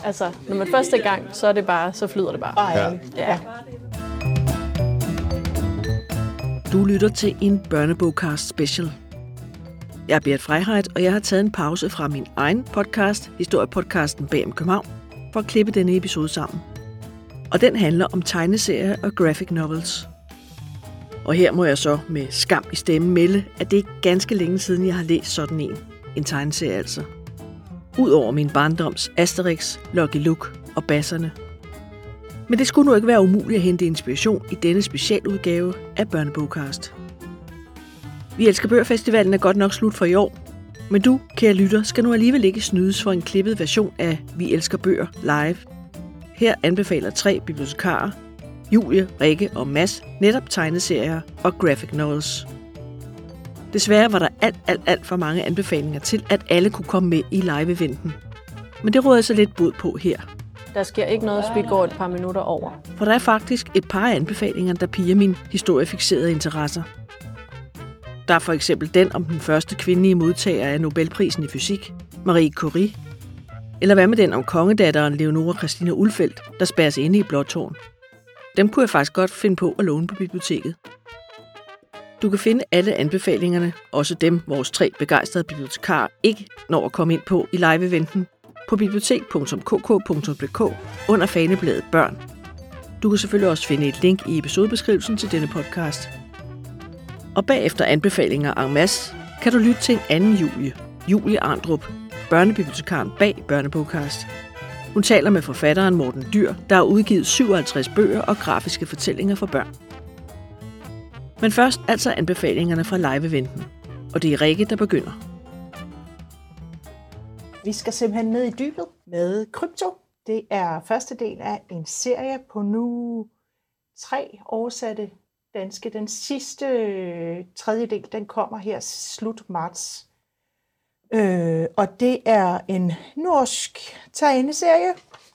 Altså, når man først er i gang, så er det bare, så flyder det bare. Ja. Du lytter til en børnebogcast special. Jeg er Berit Freiheit, og jeg har taget en pause fra min egen podcast, historiepodcasten Bag om København, for at klippe denne episode sammen. Og den handler om tegneserier og graphic novels. Og her må jeg så med skam i stemmen melde, at det er ganske længe siden, jeg har læst sådan en tegneserie altså. Udover min barndoms Asterix, Lucky Luke og Basserne. Men det skulle nu ikke være umuligt at hente inspiration i denne specialudgave af Børnebogcast. Vi elsker bøger-festivalen er godt nok slut for i år, men du, kære lytter, skal nu alligevel ikke snydes for en klippet version af Vi elsker bøger live. Her anbefaler 3 bibliotekarer, Julie, Rikke og Mads, netop tegneserier og graphic novels. Desværre var der alt for mange anbefalinger til, at alle kunne komme med i live-eventen. Men det råder jeg så lidt bod på her. Der sker ikke noget, hvis vi går et par minutter over. For der er faktisk et par anbefalinger, der piger mine historiefixerede interesser. Der er for eksempel den om den første kvindelige modtager af Nobelprisen i fysik, Marie Curie. Eller hvad med den om kongedatteren Leonora Christina Ulfeldt, der spærres inde i Blåtårn. Dem kunne jeg faktisk godt finde på at låne på biblioteket. Du kan finde alle anbefalingerne, også dem vores 3 begejstrede bibliotekarer ikke når at komme ind på i live-eventen, på bibliotek.kk.dk under fanebladet Børn. Du kan selvfølgelig også finde et link i episodebeskrivelsen til denne podcast. Og bagefter anbefalinger en masse, kan du lytte til en anden Julie Arndrup, børnebibliotekaren bag Børnebogcast. Hun taler med forfatteren Morten Dyr, der har udgivet 57 bøger og grafiske fortællinger for børn. Men først altså anbefalingerne fra live-eventen. Og det er Rikke, der begynder. Vi skal simpelthen ned i dybet med krypto. Det er første del af en serie på nu 3 oversatte danske. Den sidste tredjedel, den kommer her slut marts. Og det er en norsk tegneserie.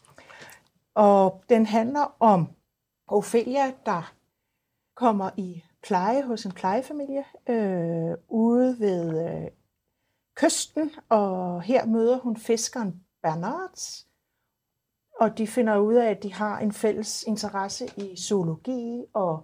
Og den handler om Ophelia, der kommer i pleje hos en plejefamilie ude ved kysten, og her møder hun fiskeren Bernard, og de finder ud af, at de har en fælles interesse i zoologi og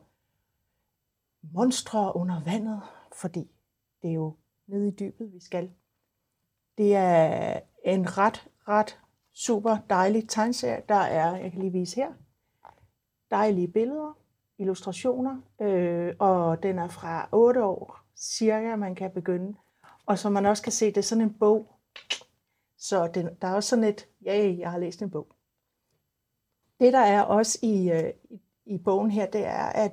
monstre under vandet, fordi det er jo nede i dybet, vi skal. Det er en ret super dejlig tegneserie. Der er, jeg kan lige vise her, dejlige billeder, illustrationer, og den er fra 8 år cirka, man kan begynde. Og som man også kan se, det er sådan en bog. Så der er også sådan et, jeg har læst en bog. Det der er også i bogen her, det er, at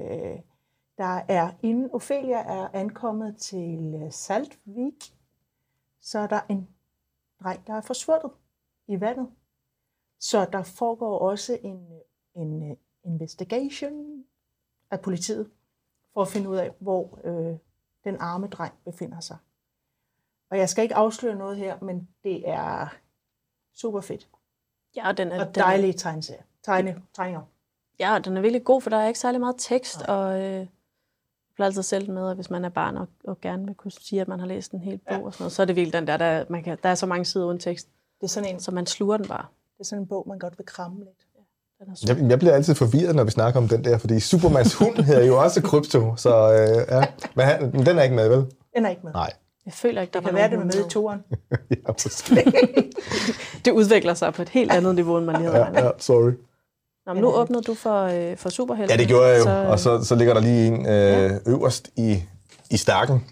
der er, inden Ophelia er ankommet til Saltvik, så er der en dreng, der er forsvundet i vandet. Så der foregår også en investigation af politiet, for at finde ud af, hvor den arme dreng befinder sig. Og jeg skal ikke afsløre noget her, men det er super fedt. Ja, og dejlige tegninger. Ja, den er virkelig god, for der er ikke særlig meget tekst, og jeg plejer altid selv med, at hvis man er barn og gerne vil kunne sige, at man har læst en hel bog og sådan noget, så er det virkelig den der er så mange sider uden tekst. Det er sådan en, så man sluger den bare. Det er sådan en bog, man godt vil kramme lidt. Jeg bliver altid forvirret, når vi snakker om den der, fordi Supermans hund hedder jo også krypto, så ja. Men den er ikke med, vel? Den er ikke med. Nej. Jeg føler ikke, der kan være, det med i toeren. Ja, måske. Det udvikler sig på et helt andet niveau, end man lige havde regnet. Ja, sorry. Nå, men nu åbnede du for superhelten. Ja, det gjorde jeg jo, og så ligger der lige en øverst i stakken.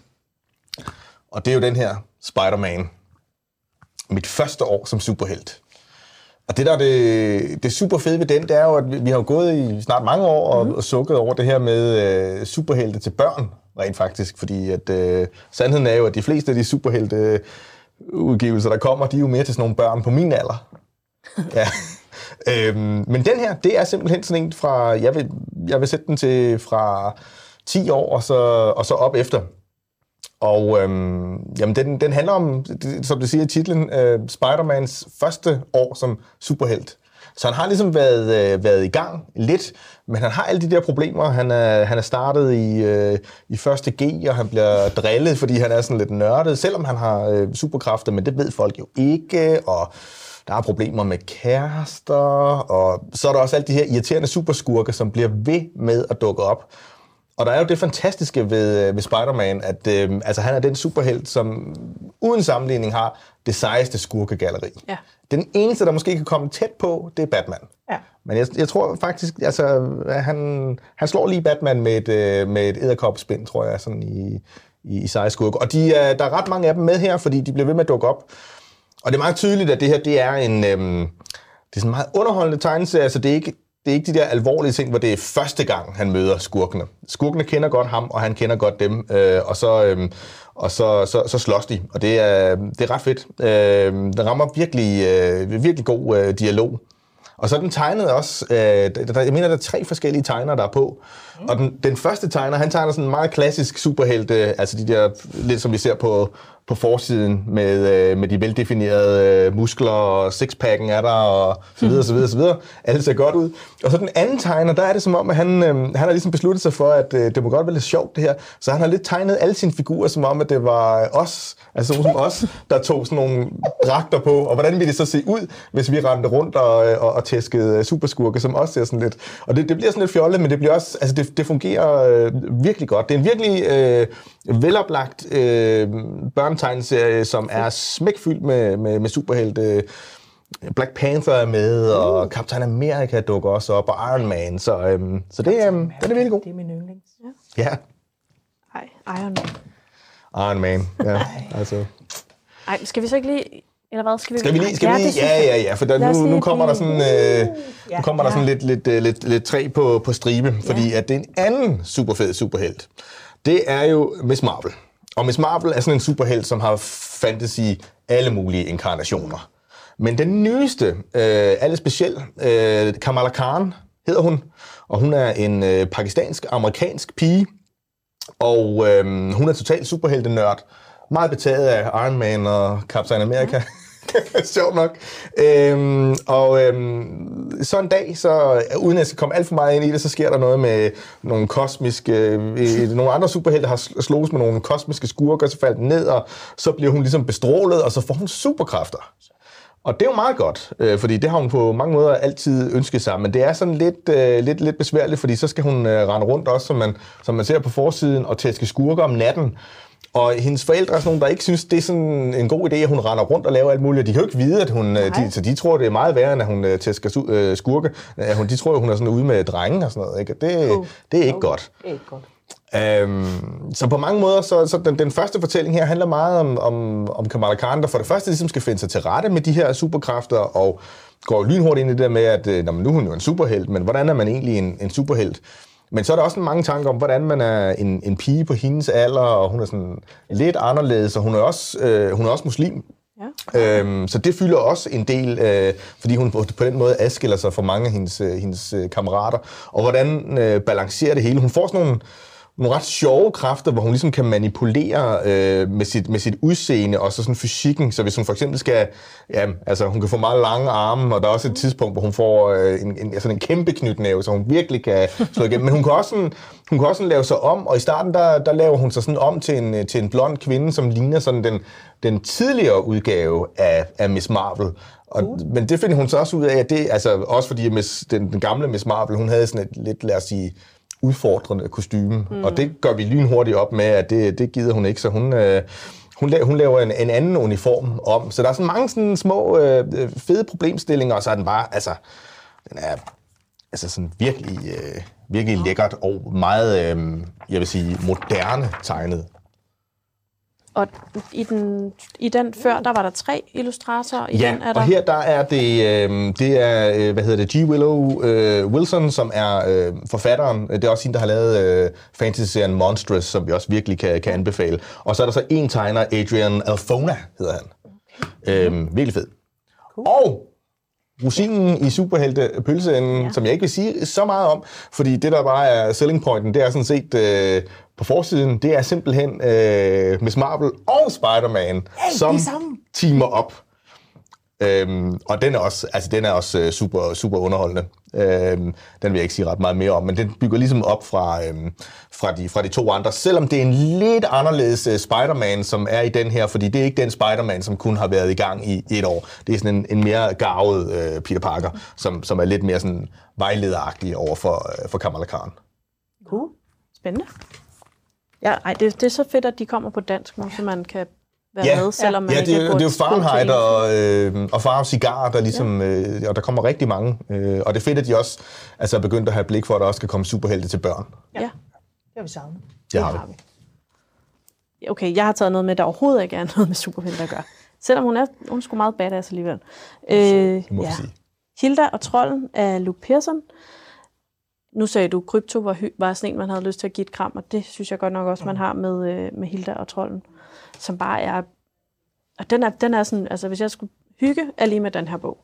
Og det er jo den her Spider-Man. Mit første år som superhelt. Og det der det super fede ved den, det er jo, at vi har gået i snart mange år og sukket over det her med superhelte til børn, rent faktisk. Fordi at sandheden er jo, at de fleste af de superhelte udgivelser, der kommer, de er jo mere til sådan nogle børn på min alder. Ja. Men den her, det er simpelthen sådan en fra, jeg vil sætte den til fra 10 år og så op efter. Og jamen den handler om, som det siger i titlen, Spider-Mans første år som superhelt. Så han har ligesom været i gang lidt, men han har alle de der problemer. Han er startet i første G, og han bliver drillet, fordi han er sådan lidt nørdet, selvom han har superkræfter, men det ved folk jo ikke. Og Der er problemer med kærester, og så er der også alle de her irriterende superskurke, som bliver ved med at dukke op. Og der er jo det fantastiske ved Spider-Man, at altså, han er den superhelt, som uden sammenligning har det sejeste skurkegalleri. Ja. Den eneste, der måske kan komme tæt på, det er Batman. Ja. Men jeg tror faktisk, altså, han slår lige Batman med et edderkopspind, tror jeg, sådan i seje skurke. Og der er ret mange af dem med her, fordi de bliver ved med at dukke op. Og det er meget tydeligt, at det her det er det er sådan en meget underholdende tegneserie, altså det er ikke de der alvorlige ting, hvor det er første gang, han møder skurkene. Skurkene kender godt ham, og han kender godt dem, og så slås de, og det er ret fedt. Det rammer virkelig god dialog. Og så er den tegnet også, jeg mener, der er 3 forskellige tegnere, der er på. Og den første tegner, han tegner sådan en meget klassisk superhelte, altså de der, lidt som vi ser på forsiden, med de veldefinerede muskler, og sixpacken er der, og så videre, så videre, så videre. Alt ser godt ud. Og så den anden tegner, der er det som om, at han har ligesom besluttet sig for, at det må godt være lidt sjovt det her. Så han har lidt tegnet alle sine figurer, som om, at det var os, altså som os, der tog sådan nogle dragter på. Og hvordan ville det så se ud, hvis vi rendte rundt og tæskede superskurke, som også ser sådan lidt. Og det bliver sådan lidt fjollet, men det bliver også, altså det fungerer virkelig godt. Det er en virkelig veloplagt børnetegneserie, som er smækfyldt med superhelte. Black Panther er med, og Captain America dukker også op, og Iron Man. Så den er virkelig god. Det er min yndlings. Ja. Iron Man. Iron Man, ja. Altså. Ej, skal vi så ikke lige... Eller hvad? Skal vi lige? Ja, for nu kommer der sådan, lidt træ på stribe, fordi at det er en anden superfed superhelt. Det er jo Miss Marvel. Og Miss Marvel er sådan en superhelt, som har fandtes i alle mulige inkarnationer. Men den nyeste, alle speciel, Kamala Khan hedder hun, og hun er en pakistansk-amerikansk pige, og hun er totalt superheltenørd, meget betaget af Iron Man og Captain America. Sjovt nok. Så en dag, så uden at jeg skal komme alt for meget ind i det, så sker der noget med nogle kosmiske... nogle andre superhelte har slået med nogle kosmiske skurker, så falder den ned, og så bliver hun ligesom bestrålet, og så får hun superkræfter. Og det er jo meget godt, fordi det har hun på mange måder altid ønsket sig, men det er sådan lidt besværligt, fordi så skal hun rende rundt også, som man ser på forsiden, og tæske skurker om natten. Og hendes forældre er sådan nogle, der ikke synes, det er sådan en god idé, at hun render rundt og laver alt muligt. De kan jo ikke vide, at hun... de tror, det er meget værre, end at hun tæsker skurke. De tror, hun er sådan ude med drenge og sådan noget. Ikke? Det er ikke godt. Det er ikke godt. Så på mange måder, så den første fortælling her handler meget om Kamala Khan, der for det første ligesom skal finde sig til rette med de her superkræfter, og går lynhurtigt ind i det der med, at nu er hun jo en superhelt, men hvordan er man egentlig en superhelt? Men så er der også mange tanker om, hvordan man er en pige på hendes alder, og hun er sådan lidt anderledes, og hun er også muslim. Ja. Så det fylder også en del, fordi hun på den måde adskiller sig fra mange af hendes kammerater. Og hvordan balancerer det hele? Hun får sådan nogle ret sjove kræfter, hvor hun ligesom kan manipulere med sit udseende og så sådan fysikken. Så hvis hun for eksempel skal, hun kan få meget lange arme, og der er også et tidspunkt, hvor hun får en kæmpe knytnæve, så hun virkelig kan slå igennem. Men hun kan også lave sig om, og i starten der laver hun sig sådan om til en blond kvinde, som ligner sådan den tidligere udgave af Miss Marvel. Men det finder hun så også ud af, at det, altså også fordi den gamle Miss Marvel, hun havde sådan et lidt, lad os sige, udfordrende kostyme, og det gør vi lynhurtigt op med, at det gider hun ikke, så hun laver en anden uniform om. Så der er sådan mange sådan små fede problemstillinger, og så er den bare, altså, den er altså sådan virkelig lækkert og meget, jeg vil sige, moderne tegnet. Og i den før, der var der 3 illustratorer. I den er der... og her der er det er G. Willow Wilson, som er forfatteren. Det er også hende, der har lavet fantasy-serien Monstrous, som vi også virkelig kan anbefale. Og så er der så en tegner, Adrian Alfona hedder han. Virkelig fed. Cool. Og rosinen i superhelte-pølseenden, som jeg ikke vil sige så meget om, fordi det, der bare er selling pointen, det er sådan set på forsiden, det er simpelthen Miss Marvel og Spider-Man, som teamer op. Og den er også super, super underholdende. Den vil jeg ikke sige ret meget mere om, men den bygger ligesom op fra de to andre, selvom det er en lidt anderledes Spider-Man, som er i den her, fordi det er ikke den Spider-Man, som kun har været i gang i et år. Det er sådan en mere garvet Peter Parker, som er lidt mere sådan vejlederagtig over for Kamala Khan. Cool. Spændende. Ja, det er så fedt, at de kommer på dansk nu, så man kan være med, selvom man ikke det er jo Fahrenheit og Far og Cigar, der ligesom, og der kommer rigtig mange. Og det er fedt, at de også er begyndt at have blik for, at der også skal komme superhelte til børn. Ja, det har vi savnet. Det har vi. Okay, jeg har taget noget med, der overhovedet ikke er noget med superhelte at gøre. Selvom hun er sgu meget badass alligevel. Det må vi sige. Hilda og Trolden af Luke Pearson. Nu sagde du, Krypto var sådan en, man havde lyst til at give et kram, og det synes jeg godt nok også, man har med Hilda og Trolden, som bare er... Og den er sådan, altså hvis jeg skulle hygge, er lige med den her bog.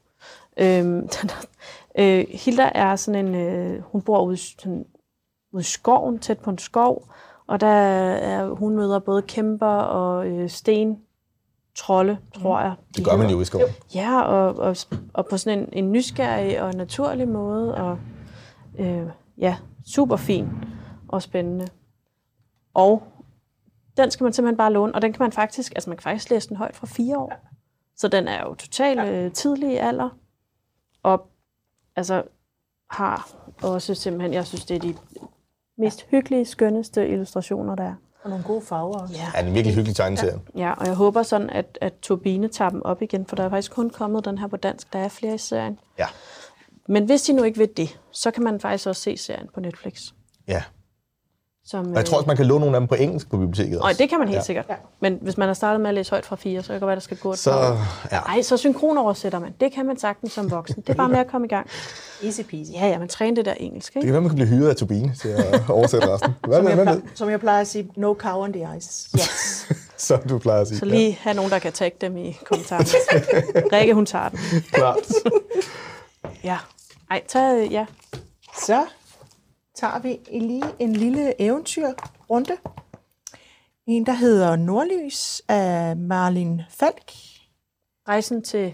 Hilda er sådan en... hun bor ude i skoven, tæt på en skov, og hun møder både kæmper og trolde, tror jeg. Det gør man jo i skoven. Ja, og på sådan en nysgerrig og naturlig måde, og super fin og spændende. Og den skal man simpelthen bare låne, og den kan man faktisk, man kan faktisk læse den højt fra 4 år. Så den er jo totalt tidlig i alder, og har også simpelthen, jeg synes, det er de mest hyggelige, skønneste illustrationer, der er. Og nogle gode farver også. Ja, det er en virkelig hyggelig tegneserie. Ja, og jeg håber sådan, at Turbine tager dem op igen, for der er faktisk kun kommet den her på dansk. Der er flere i serien. Ja. Men hvis de nu ikke vil det, så kan man faktisk også se serien på Netflix. Ja. Og jeg tror også, man kan låne nogle af dem på engelsk på biblioteket også. Og det kan man helt sikkert. Ja. Men hvis man har startet med at læse højt fra 4, så kan det godt være, der skal gå et par år. Ja. Så synkronoversætter man. Det kan man sagtens som voksen. Det er bare med at komme i gang. Easy peasy. Ja, man træner det der engelsk, ikke? Det kan være, man kan blive hyret af Turbine til at oversætte resten. Som jeg plejer at sige, no cow on the ice. Yes. Som du plejer at sige. Så lige have nogen, der kan tagge dem i kommentarerne. Rikke, hun tager den. Klart. Ja. Så tager vi lige en lille eventyrrunde. En, der hedder Nordlys af Marlin Falk. Rejsen til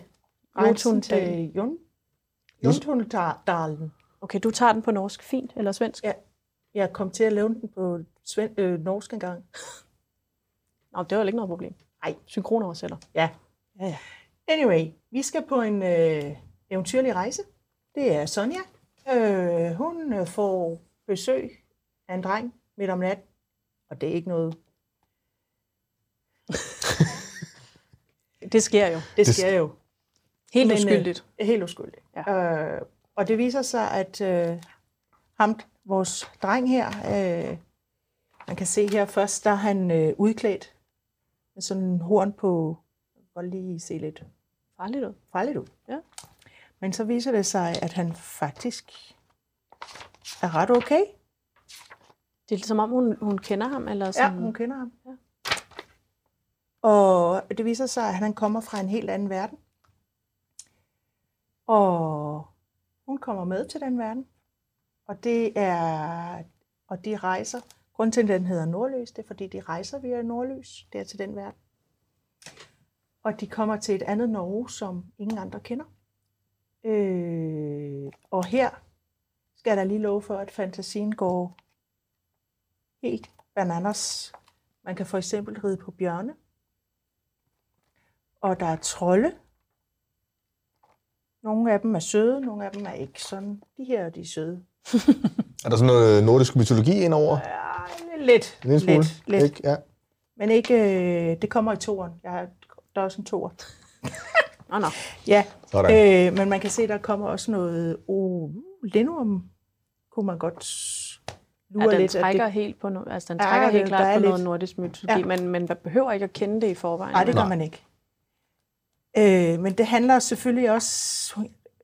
Jotunheimdalen. Okay, du tager den på norsk, fint, eller svensk? Ja, jeg kom til at lave den på norsk engang. Nå, det var ikke noget problem. Nej. Synkronoversætter. Ja. Ja. Anyway, vi skal på en eventyrlig rejse. Det er Sonja. Hun får besøg af en dreng midt om natten, og det er ikke noget... Det sker jo. Det sker jo. Helt uskyldigt. Helt uskyldigt. Ja. Og det viser sig, at vores dreng her, man kan se her først, der er han udklædt med sådan en horn på, godt lige se lidt farligt ud. Ja. Men så viser det sig, at han faktisk er ret okay. Det er som om, hun kender ham? Eller sådan... Ja, hun kender ham. Ja. Og det viser sig, at han kommer fra en helt anden verden. Og hun kommer med til den verden. Og de rejser. Grunden til, at den hedder Nordlys, det er, fordi de rejser via Nordlys, der til den verden. Og de kommer til et andet Norge, som ingen andre kender. Og her skal der lige love for, at fantasien går helt bananas. Man kan for eksempel ride på bjørne. Og der er trolde. Nogle af dem er søde, nogle af dem er ikke sådan. De her, de er søde. Er der sådan noget nordisk mytologi indover? Ja, lidt. Lidt. Ikke? Ja. Men ikke, det kommer i toeren. Der er også en toer. Nå. Ja, men man kan se, der kommer også noget Lindorm, kunne man godt lure den lidt. Trækker helt på den trækker helt klart på noget nordisk mytologi, men man behøver ikke at kende det i forvejen. Nej, det gør man ikke. Men det handler selvfølgelig også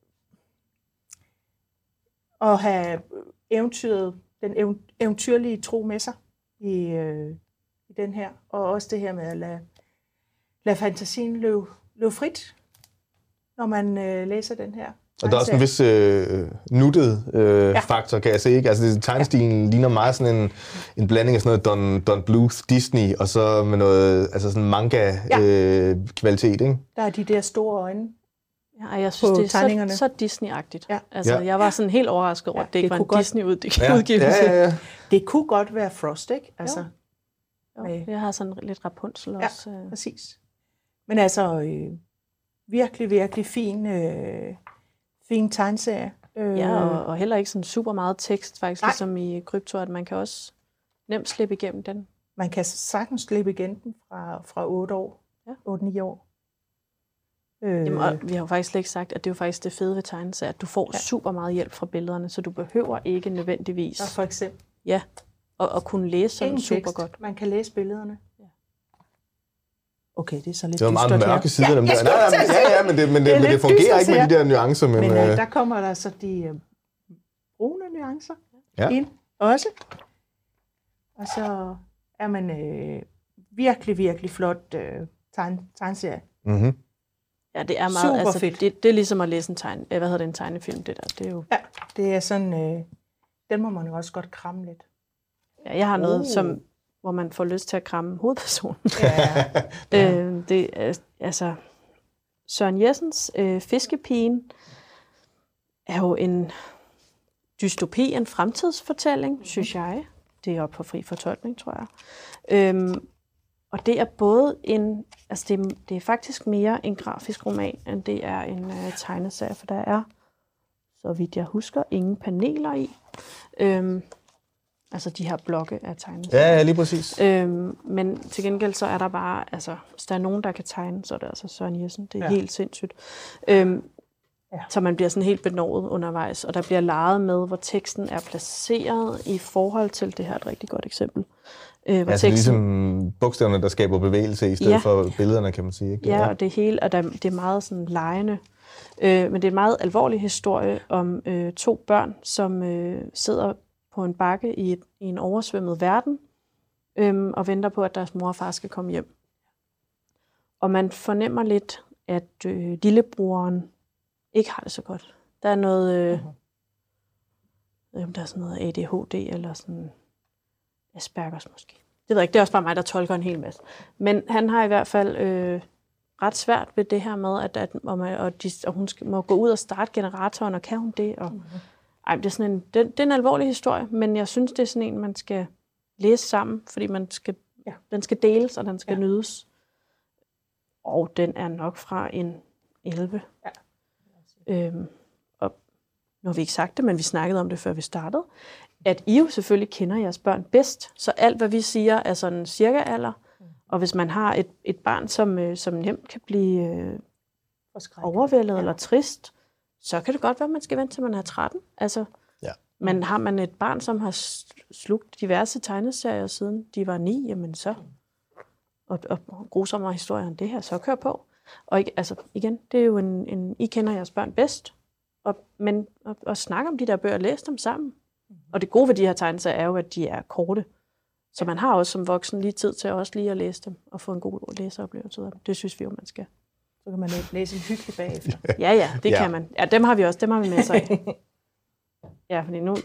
at have den eventyrlige tro med sig i den her, og også det her med at lade fantasien løbe frit, når man læser den her. Og der er også en vis nuttet faktor, kan jeg se, ikke? Altså tegnestilen ligner meget sådan en blanding af sådan noget Don Bluth, Disney, og så med noget altså sådan manga kvalitet, ikke? Der er de der store øjne. Ja, jeg synes, det er tegningerne. så Disney-agtigt. Ja. Altså, jeg var sådan helt overrasket over, at det ikke var en Disney-udgivelse. Ja. Det kunne godt være Frost, ikke? Altså, Jo, jeg har sådan lidt Rapunzel også. Ja, præcis. Men altså, virkelig, virkelig fin tegneserie. Ja, og heller ikke sådan super meget tekst, faktisk, ligesom i Krypto, at man kan også nemt slippe igennem den. Man kan sagtens slippe igennem den fra 8 år, 8-9 år. Jamen, og vi har jo faktisk slet ikke sagt, at det er jo faktisk det fede ved tegneserier, at du får super meget hjælp fra billederne, så du behøver ikke nødvendigvis... Så for eksempel? Ja, og kunne læse sådan super godt. Man kan læse billederne. Ja. Okay, det er så lidt det var meget dystert mørke sider af dem der. Men det fungerer ikke med de der nuancer. Men der kommer der så de brune nuancer ind også. Og så er man virkelig, virkelig flot tegneserie. Mm-hmm. Ja, det er meget, super fedt. Det er ligesom at læse en tegnefilm, det der. Det er jo... Ja, det er sådan, den må man jo også godt kramme lidt. Ja, jeg har noget, hvor man får lyst til at kramme hovedpersonen. Ja. Det er, altså, Søren Jessens Fiskepigen er jo en dystopi, en fremtidsfortælling, synes jeg. Det er oppe på fri fortolkning, tror jeg. Og det er både det er faktisk mere en grafisk roman, end det er en tegneserie, for der er, så vidt jeg husker, ingen paneler i. Altså de her blokke af tegneserier. Ja, lige præcis. Men til gengæld så er der bare, altså hvis der er nogen, der kan tegne, så er det altså Søren Jessen. Det er helt sindssygt. Så man bliver sådan helt benovet undervejs, og der bliver leget med, hvor teksten er placeret i forhold til, det her er et rigtig godt eksempel. Altså ligesom bogstaverne, der skaber bevægelse i stedet for billederne, kan man sige. Ikke? Ja, og det hele, og det er meget sådan legende. Men det er en meget alvorlig historie om 2 børn, som sidder på en bakke i en oversvømmet verden, og venter på, at deres mor og far skal komme hjem. Og man fornemmer lidt, at lillebroren ikke har det så godt. Der er noget, der er sådan noget ADHD, eller sådan Aspergers måske. Det ved jeg ikke, det er også bare mig, der tolker en hel masse. Men han har i hvert fald ret svært ved det her med, at hun må gå ud og starte generatoren, og kan hun det? Og, det er sådan det er en alvorlig historie, men jeg synes, det er sådan en, man skal læse sammen, fordi den skal deles, og den skal nydes. Og den er nok fra en 11. Ja. Og nu har vi ikke sagt det, men vi snakkede om det, før vi startede, at I jo selvfølgelig kender jeres børn bedst, så alt, hvad vi siger, er sådan cirka alder. Og hvis man har et barn, som nemt kan blive overvældet eller trist, så kan det godt være, at man skal vente til man er 13. Altså, men har man et barn, som har slugt diverse tegneserier siden de var 9, jamen så, og grusommere historier end det her, så kør på. Og igen, det er jo I kender jeres børn bedst, men at snakke om de der bøger og læse dem sammen. Og det gode ved de her tegneserier er jo, at de er korte. Så man har også som voksen lige tid til også lige at læse dem og få en god læseoplevelse af dem. Det synes vi jo, man skal. Så kan man læse en hyggelig bagefter. Ja, det kan man. Ja, dem har vi også. Dem har vi med sig. Ja, fordi nu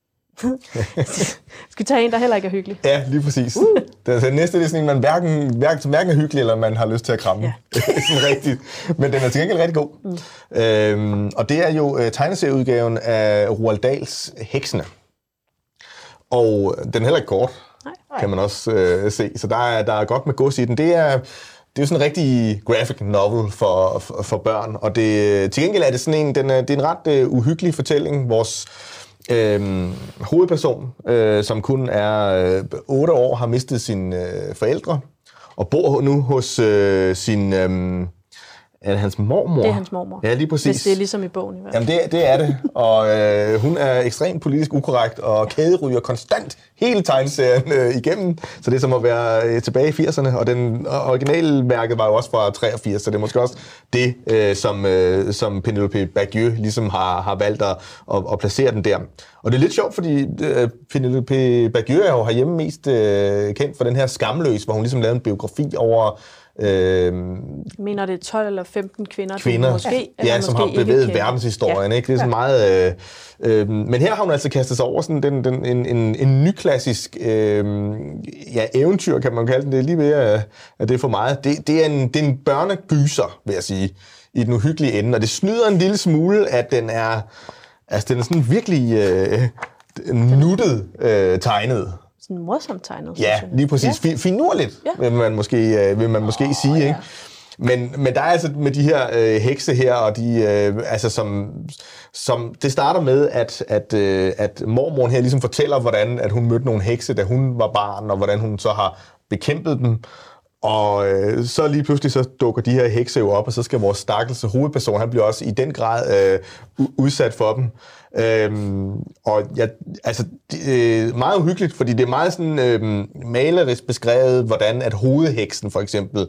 skal vi tage en, der heller ikke er hyggelig. Ja, lige præcis. Den næste det er sådan en, man hverken er hyggelig, eller man har lyst til at kramme. Ja. Sådan rigtigt. Men den er til gengæld rigtig god. Og det er jo tegneserieudgaven af Roald Dahls Heksene. Og den er heller ikke kort, kan man også se. Så der er godt med gods i den. Det er jo sådan en rigtig graphic novel for børn. Og til gengæld er det sådan en, det er en ret uhyggelig fortælling. Vores hovedperson, som kun er 8 år, har mistet sine forældre, og bor nu hos sin... Er det hans mormor? Det er hans mormor. Ja, lige præcis. Hvis det er ligesom i bogen i hvert fald. Jamen, det er det. Og hun er ekstremt politisk ukorrekt, og kæderyger konstant hele tegneserien igennem. Så det er som at være tilbage i 80'erne, og den originale mærket var jo også fra 83, så det er måske også det, som Penelope Bagieux ligesom har valgt at placere den der. Og det er lidt sjovt, fordi Penelope Bagieux er jo herhjemme mest kendt for den her Skamløs, hvor hun ligesom lavede en biografi over... mener det er 12 eller 15 kvinder måske, som har bevæget verdenshistorien. Ikke? Det er sådan meget... men her har hun altså kastet sig over sådan en nyklassisk eventyr, kan man kalde den. Det er lige ved, at det er for meget. Det er en børnegyser, vil jeg sige, i den uhyggelige ende, og det snyder en lille smule, at den er sådan virkelig nuttet tegnet. Sådan morsomt tegnet. Ja, lige præcis. Ja. Finurligt, vil man måske sige, ikke? Men der er altså med de her hekse her, og de som det starter med, at mormoren her ligesom fortæller, hvordan at hun mødte nogle hekse, da hun var barn, og hvordan hun så har bekæmpet dem. Og så lige pludselig så dukker de her hekse jo op, og så skal vores stakkels hovedperson, han bliver også i den grad udsat for dem. Og meget uhyggeligt, fordi det er meget sådan malerisk beskrevet, hvordan at hovedheksen for eksempel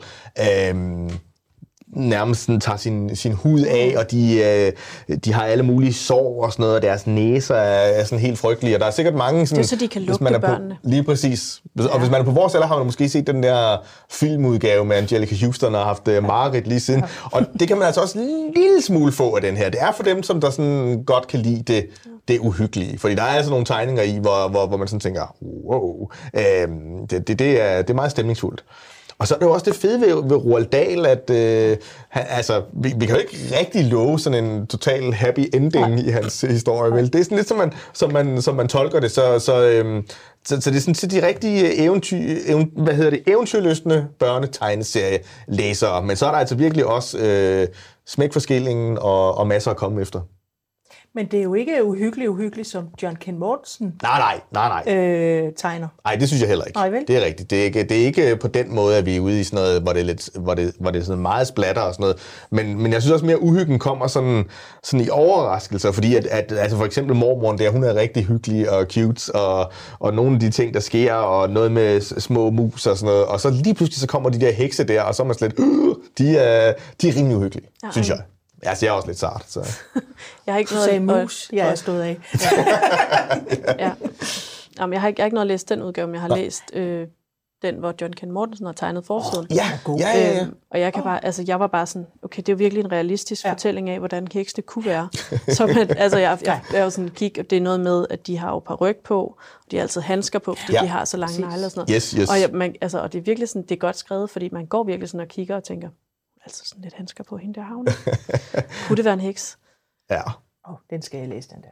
nærmest sådan tager sin hud af, og de har alle mulige sår og sådan noget, og deres næser er sådan helt frygtelige, og der er sikkert mange sådan... Det er så, de kan lugte børnene. Lige præcis. Og hvis man er på vores alder, har man måske set den der filmudgave med Angelica Houston og haft Margaret lige siden, og det kan man altså også en lille smule få af den her. Det er for dem, som der sådan godt kan lide det uhyggelige, fordi der er altså nogle tegninger i, hvor man sådan tænker, wow, det er meget stemningsfuldt. Og så er det jo også det fede ved Roald Dahl, at vi kan jo ikke rigtig love sådan en total happy ending i hans historie, vel? Det er sådan lidt, som man tolker det, så det er sådan de rigtige eventyrlystne børnetegneserielæsere, men så er der altså virkelig også smæk for skillingen og masser at komme efter. Men det er jo ikke uhyggeligt, som John Ken Mortensen nej. Tegner. Nej, det synes jeg heller ikke. Nej, vel? Det er rigtigt. Det er ikke på den måde, at vi er ude i sådan noget, hvor det er sådan meget splatter og sådan noget. Men jeg synes også mere, at uhyggen kommer sådan i overraskelser, fordi at altså for eksempel mormoren der, hun er rigtig hyggelig og cute, og nogle af de ting, der sker, og noget med små mus og sådan noget, og så lige pludselig så kommer de der hekse der, og så er man slet, de er rimelig uhyggelige, synes jeg. Altså, jeg er også lidt sart, så... Jeg har ikke noget mus, jeg er stået af. Ja. Jamen, jeg har ikke noget at læse den udgave, men jeg har læst den, hvor John Ken Mortensen har tegnet forsiden. Ja. Og jeg kan bare, altså, jeg var bare sådan, okay, det er jo virkelig en realistisk fortælling af, hvordan heksene kunne være. Så jeg er jo sådan kig, og det er noget med, at de har jo paryk på, og de har altid handsker på, fordi de har så lange negle og sådan noget. Yes. Og det er virkelig sådan, det er godt skrevet, fordi man går virkelig sådan og kigger og tænker, altså sådan lidt handsker på hende der havne. Kunne det være en heks? Ja. Den skal jeg læse, den der.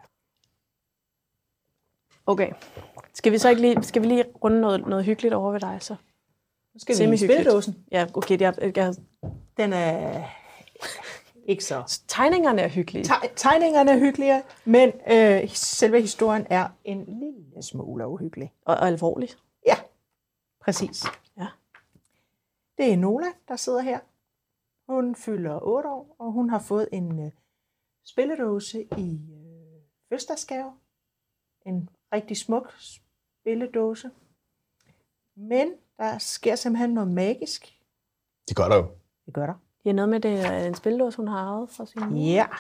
Okay. Skal vi lige runde noget hyggeligt over ved dig, så? Nu skal vi i spildåsen. Ja, okay. Den er ikke så... Tegningerne er hyggelige. Tegningerne er hyggelige, men selve historien er en lille smule uhyggelig. Og alvorlig. Ja, præcis. Ja. Det er Nola, der sidder her. Hun fylder 8 år, og hun har fået en spilledåse i fødselsdagsgave. En rigtig smuk spilledåse. Men der sker simpelthen noget magisk. Det gør der jo. Det gør der. Det er noget med, det er en spilledåse, hun har arvet fra sin mor. Ja.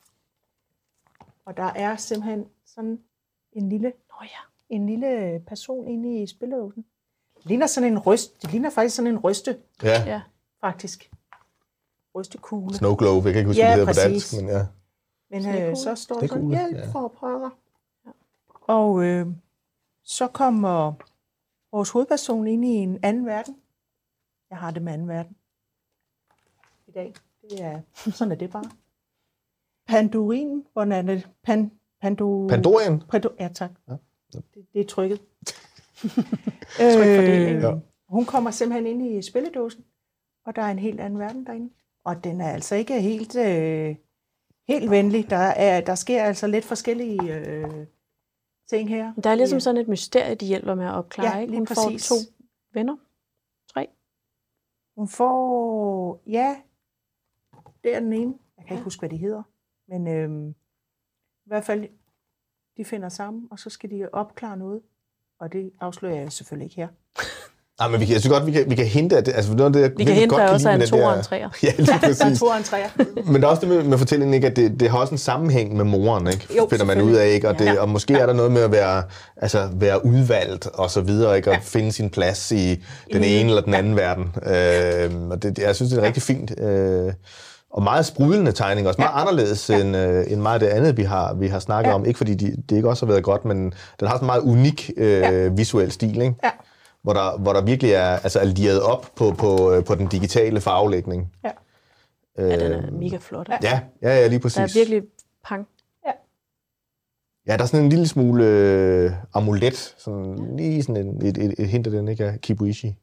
Og der er simpelthen sådan en lille person inde i spilledåsen. Det ligner sådan en ryst. Det ligner faktisk sådan en ryste. Ja. Faktisk. Rystekugle. Snow globe, jeg kan ikke huske, hvad det hedder på dansk. Men ja. Men så står der sådan, hjælp for at prøve. Ja. Og så kommer vores hovedperson ind i en anden verden. Jeg har det med anden verden i dag. Sådan er det bare. Pandorien, hvordan er det? Pandorien? Ja, tak. Ja. Det er trykket. Trykfordeling. Hun kommer simpelthen ind i spilledåsen, og der er en helt anden verden derinde. Og den er altså ikke helt venlig. Der sker altså lidt forskellige ting her. Der er ligesom sådan et mysterie, de hjælper med at opklare. Ja, lige hun præcis. får 2 venner. 3. Hun får, det er den ene. Jeg kan ikke huske, hvad de hedder. Men i hvert fald, de finder sammen, og så skal de opklare noget. Og det afslører jeg selvfølgelig ikke her. Nej, men jeg synes godt, vi kan hinte, at altså noget af det, vi kan hinte, der også er en 2'er og en 3'er. Ja, lige præcis. Der er 2'er og en 3'er. Men der er også det med fortællingen, ikke, at det har også en sammenhæng med moren, ikke? Jo, finder man ud af, ikke? Og måske er der noget med at være udvalgt og så videre, ikke? Og finde sin plads i den ene eller den anden verden. Og jeg synes, det er rigtig fint. Og meget sprudlende tegning, også meget anderledes end meget af det andet, vi har snakket om. Ikke fordi det ikke også har været godt, men den har sådan en meget unik visuel stil, ikke? Ja. Hvor der virkelig er altså allieret op på den digitale farvelægning. Ja, den er mega flot. Altså. Ja, lige præcis. Der er virkelig pang. Ja, der er sådan en lille smule amulet, sådan, lige sådan et hint af den, ikke? Kibuishi.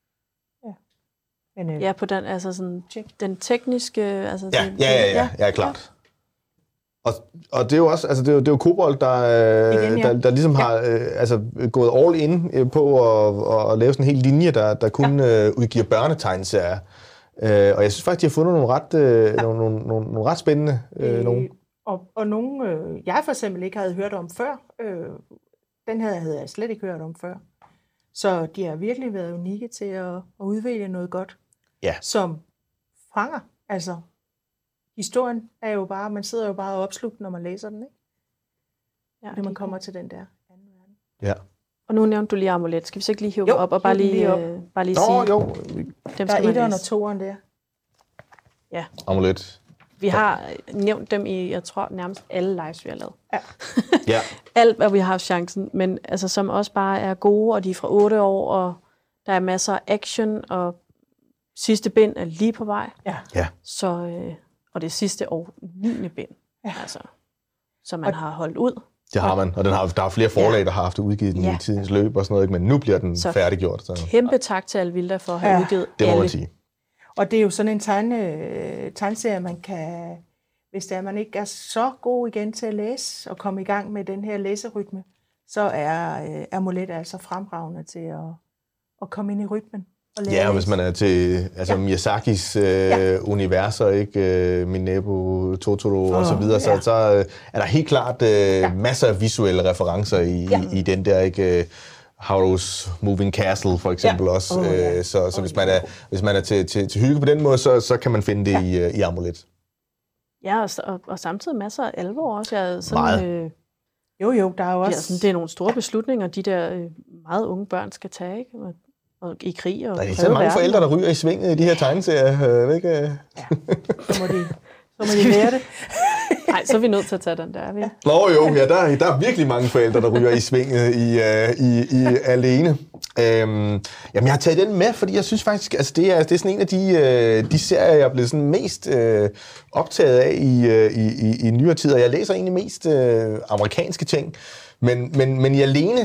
Men, Ja, på den, altså sådan, den tekniske... Altså, ja, klart. Og det er jo også, altså det er jo Kobold, der ligesom har altså gået all in på at lave sådan en hel linje, der kun udgiver børnetegneserier. Og jeg synes faktisk, de har fundet nogle ret spændende nogle. Og nogle, jeg for eksempel ikke havde hørt om før. Den havde jeg slet ikke hørt om før. Så de har virkelig været unikke til at udvælge noget godt, som fanger. Altså, historien er jo bare, man sidder jo bare opslugt, når man læser den, ikke? Ja, når man kommer til den der anden verden. Ja. Og nu nævnte du lige amulet. Skal vi så ikke lige hive op og bare lige sige? Jo. Dem der er 1'eren og 2'eren der. Ja. Amulet. Vi har nævnt dem i, jeg tror, nærmest alle lives, vi har lavet. Ja. Alt, hvad vi har haft chancen, men altså, som også bare er gode, og de er fra 8 år, og der er masser af action, og sidste bind er lige på vej. Ja. Så, og det sidste år, 9. bind. Ja. Altså, så man har holdt ud. Det har man, og der er flere forlag, der har haft udgivet den i tidens løb og sådan noget, men nu bliver den færdiggjort. Så. Kæmpe tak til Alvilda for at have udgivet det må alle. man sige. Og det er jo sådan en tegneserie, man kan, hvis det er, man ikke er så god igen til at læse og komme i gang med den her læserytme, så er Amulet altså fremragende til at komme ind i rytmen. Ja, hvis man er til Miyazakis universer, ikke Minebo, Totoro og så videre, så er der helt klart masser af visuelle referencer i den der, ikke Haru's Moving Castle for eksempel også. Så hvis man er til hygge på den måde, så kan man finde det i Amulet. Ja, og samtidig masser af alvor også. Meget. Jo, der er jo også... det er nogle store beslutninger, de der meget unge børn skal tage, ikke? Og i krig og der er så mange forældre, der ryger i svinget i de her tegneserier, ikke? Ja, så må de lære det. Nej, så er vi nødt til at tage den der, vi. Der er virkelig mange forældre, der ryger i svinget i alene. Jamen, jeg har taget den med, fordi jeg synes faktisk, altså det er sådan en af de serier, jeg er blevet sådan mest optaget af i nyere tid, og jeg læser egentlig mest amerikanske ting. Men i Alene,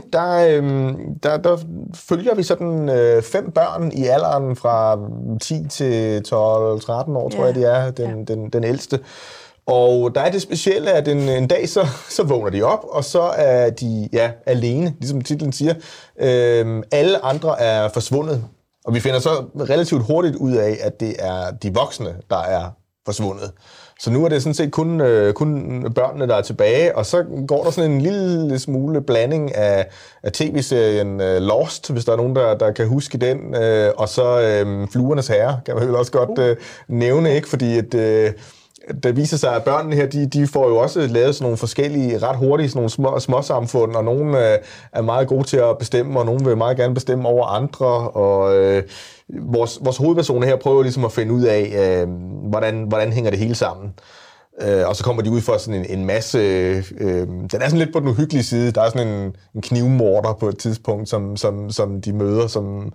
der følger vi sådan 5 børn i alderen fra 10 til 12-13 år, tror jeg, det er, den ældste. Og der er det specielle, at en dag, så vågner de op, og så er de alene, ligesom titlen siger. Alle andre er forsvundet, og vi finder så relativt hurtigt ud af, at det er de voksne, der er forsvundet. Så nu er det sådan set kun børnene, der er tilbage, og så går der sådan en lille smule blanding af tv-serien Lost, hvis der er nogen, der kan huske den, og så Fluernes Herre, kan man vel også godt nævne, ikke? Fordi det viser sig, at børnene her, de får jo også lavet sådan nogle forskellige, ret hurtige, sådan nogle små samfund, og nogle er meget gode til at bestemme, og nogle vil meget gerne bestemme over andre, og vores hovedpersoner her prøver ligesom at finde ud af, hvordan hænger det hele sammen. Og så kommer de ud for sådan en masse... den er sådan lidt på den uhyggelige side. Der er sådan en knivmorder på et tidspunkt, som de møder, som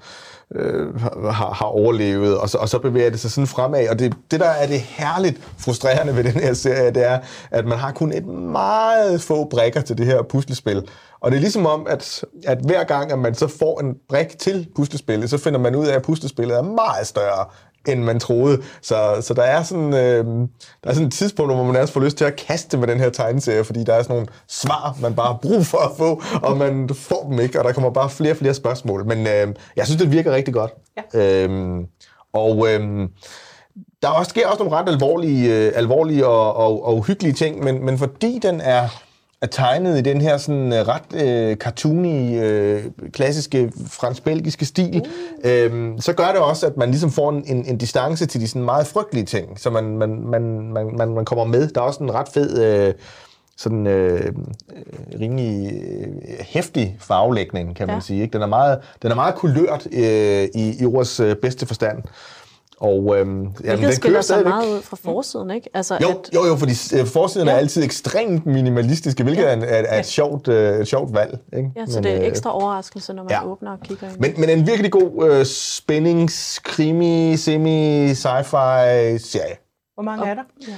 har overlevet. Og så bevæger det sig sådan fremad. Og det der er det herligt frustrerende ved den her serie, det er, at man har kun et meget få brikker til det her puslespil. Og det er ligesom om, at hver gang, at man så får en brik til puslespillet, så finder man ud af, at puslespillet er meget større, end man troede. Så der er sådan et tidspunkt, hvor man nærmest får lyst til at kaste med den her tegneserie, fordi der er sådan nogle svar, man bare har brug for at få, og man får dem ikke, og der kommer bare flere og flere spørgsmål. Men jeg synes, det virker rigtig godt. Ja. Der sker også nogle ret alvorlige og uhyggelige ting, men fordi den er tegnet i den her sådan ret cartoony, klassiske fransk-belgiske stil, så gør det også, at man ligesom får en distance til de sådan meget frygtelige ting, så man kommer med. Der er også en ret fed, rimelig heftig farvelægning, kan man sige. Ikke? Den er meget kulørt i ordets bedste forstand. Og det skiller sig meget ud fra forsiden, ikke? Altså, jo, fordi forsiden er altid ekstremt minimalistiske, hvilket er et sjovt valg. Ikke? Ja, så det er ekstra overraskelse, når man åbner og kigger ind. Men en virkelig god spændings, krimi, semi-sci-fi serie. Hvor mange er der? Ja.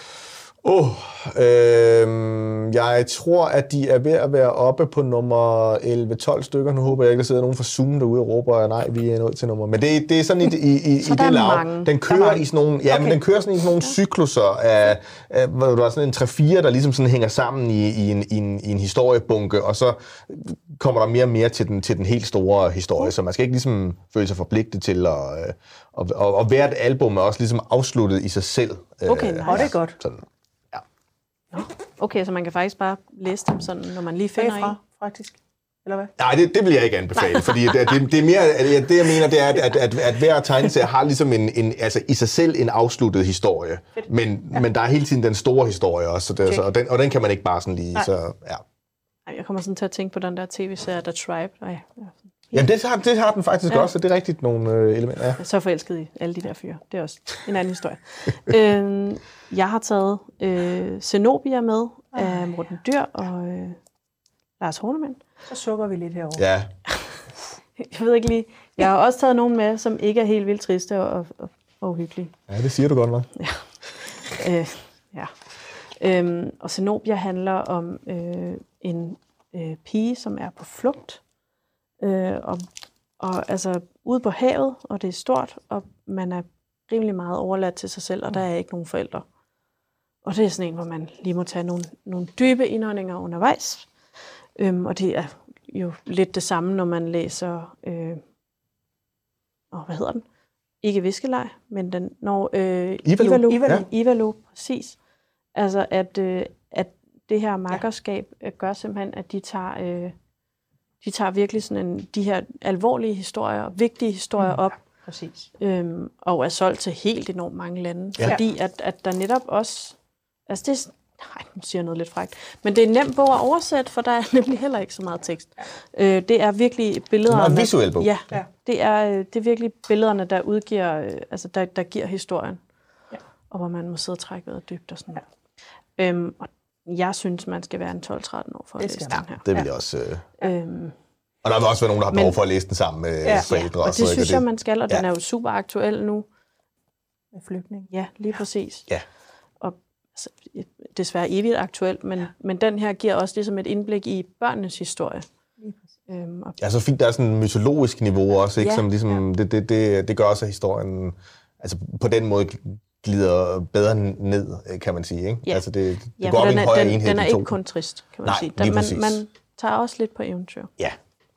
Jeg tror, at de er ved at være oppe på nummer 11-12 stykker. Nu håber jeg ikke, der sidder nogen fra Zoom derude og råber, nej, vi er nået til nummer. Men det er sådan i det lav. Den kører i sådan nogle, men den kører sådan i sådan nogle cykluser af hvor der er sådan en 3-4, der ligesom sådan hænger sammen i en historiebunke, og så kommer der mere og mere til den helt store historie. Så man skal ikke ligesom føle sig forpligtet til og hvert album er også ligesom afsluttet i sig selv. Okay, nej. Det er godt. Sådan. Okay, så man kan faktisk bare læse dem sådan, når man lige finder Bagfra, en. faktisk. Eller hvad? Nej, det vil jeg ikke anbefale, fordi det er mere, det jeg mener, det er, at hver tegneserie har ligesom altså i sig selv en afsluttet historie, men der er hele tiden den store historie også, og den kan man ikke bare sådan lige, så ja. Jeg kommer sådan til at tænke på den der tv-serie, The Tribe. Jamen, det har den faktisk også, det er rigtigt nogle elementer. Ja. Jeg er så forelsket i alle de der fyre. Det er også en anden historie. Jeg har taget Zenobia med af Morten Dyr og Lars Hornemann. Så sukker vi lidt herovre. Ja. Jeg ved ikke lige. Jeg har også taget nogen med, som ikke er helt vildt triste og uhyggelige. Ja, det siger du godt nok. Ja. Og Zenobia handler om en pige, som er på flugt. Og altså ude på havet, og det er stort, og man er rimelig meget overladt til sig selv, og der er ikke nogen forældre. Og det er sådan en, hvor man lige må tage nogle dybe indåndinger undervejs. Og det er jo lidt det samme, når man læser... hvad hedder den? Ikke Viskeleg, men den... Ivalo, præcis. Altså, at det her makkerskab gør simpelthen, at de tager virkelig sådan de her alvorlige historier, vigtige historier op. Præcis. Og er solgt til helt enormt mange lande. Ja. Fordi at der netop også... Altså det nu siger jeg noget lidt frækt. Men det er en nem bog at oversætte, for der er nemlig heller ikke så meget tekst. Det er virkelig billederne... Det er en visuel bog. Ja, det er virkelig billederne, der udgiver... altså der giver historien. Ja. Og hvor man må sidde og trække vejret dybt og sådan. Ja. Og jeg synes, man skal være en 12-13 år for at læse den her. Det vil jeg også... Og der vil også være nogen, der har behov for at læse den sammen med forældre. Og det synes jeg, man skal, og den er jo super aktuel nu. Med flygtning. Ja, lige præcis. Ja. Og altså, desværre evigt aktuel, men den her giver også ligesom et indblik i børnenes historie. Ja, så fint, der er sådan en mytologisk niveau også, ikke? Som ligesom, det gør også, at historien altså på den måde glider bedre ned, kan man sige. Ikke? Ja. Altså det går op i en højere enhed. Den er ikke kun trist, kan man sige. Man tager også lidt på eventyr. Ja.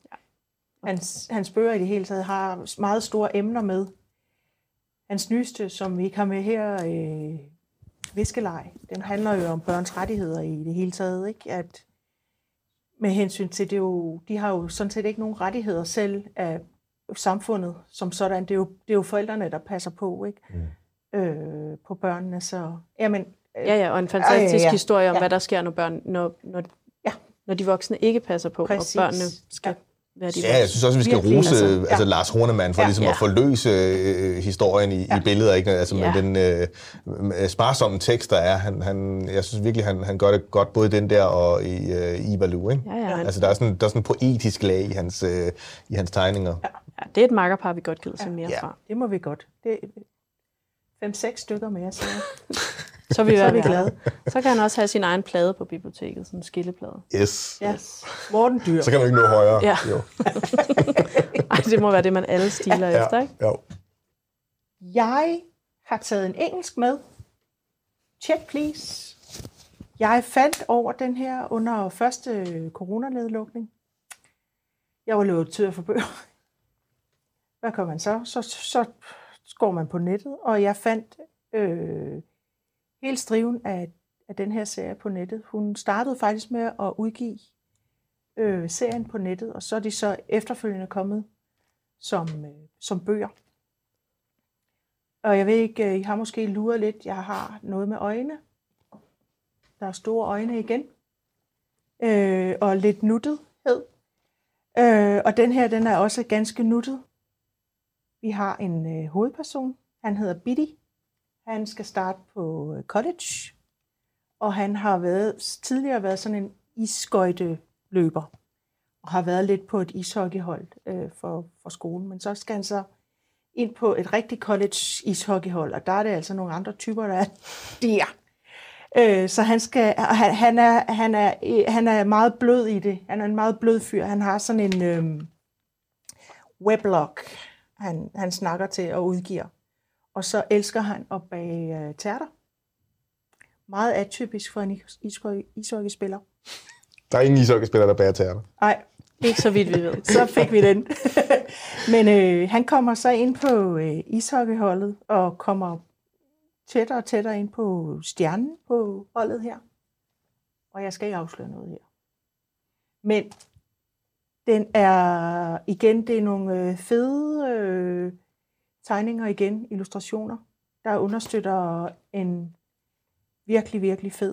Hans bøger i det hele taget har meget store emner med. Hans nyeste, som vi ikke har med her, Viskeleg, den handler jo om børns rettigheder i det hele taget. Ikke? At med hensyn til det jo, de har jo sådan set ikke nogen rettigheder selv af samfundet som sådan. Det er jo forældrene, der passer på, ikke? På børnene. Så, jamen, og en fantastisk historie om, hvad der sker, når de voksne ikke passer på, præcis. Og børnene skal være de voksne. Ja, jeg synes også, vi skal rose Lars Hornemann for ligesom at forløse historien i billeder, ikke? Altså med den sparsomme tekst, der er. Jeg synes virkelig, han gør det godt, både den der og i Ivalo, ikke? Altså der er sådan en poetisk lag i hans tegninger. Ja, det er et makkerpar, vi godt gider se mere fra. Det må vi godt. Det 5-6 stykker mere, så er vi glade. Så kan han også have sin egen plade på biblioteket, sådan en skilleplade. Yes. Morten Dyr. Så kan man ikke nå højere. Ja. Ej, det må være det, man alle stiler efter, ikke? Jo. Jeg har taget en engelsk med. Check, please. Jeg faldt over den her under første coronanedlukning. Jeg var løbet tør for bøger. Hvad gør man så? Så går man på nettet, og jeg fandt hele striven af den her serie på nettet. Hun startede faktisk med at udgive serien på nettet, og så er de så efterfølgende kommet som bøger. Og jeg ved ikke, I har måske luret lidt, jeg har noget med øjne. Der er store øjne igen. Og lidt nuttethed. Og den her, den er også ganske nuttet. Vi har en hovedperson. Han hedder Biddy. Han skal starte på college. Og han har tidligere været sådan en isskøjteløber. Og har været lidt på et ishockeyhold for skolen. Men så skal han så ind på et rigtigt college ishockeyhold, og der er det altså nogle andre typer, der er der. Så han er meget blød i det. Han er en meget blød fyr. Han har sådan en weblog, han snakker til og udgiver. Og så elsker han at bage tærter. Meget atypisk for en ishockeyspiller. Der er ingen ishockeyspiller, der bager tærter. Nej. Ikke så vidt vi ved. Så fik vi den. Men han kommer så ind på ishockeyholdet og kommer tættere og tættere ind på stjernen på holdet her. Og jeg skal ikke afsløre noget her. Men den er igen, det er nogle fede tegninger igen, illustrationer, der understøtter en virkelig, virkelig fed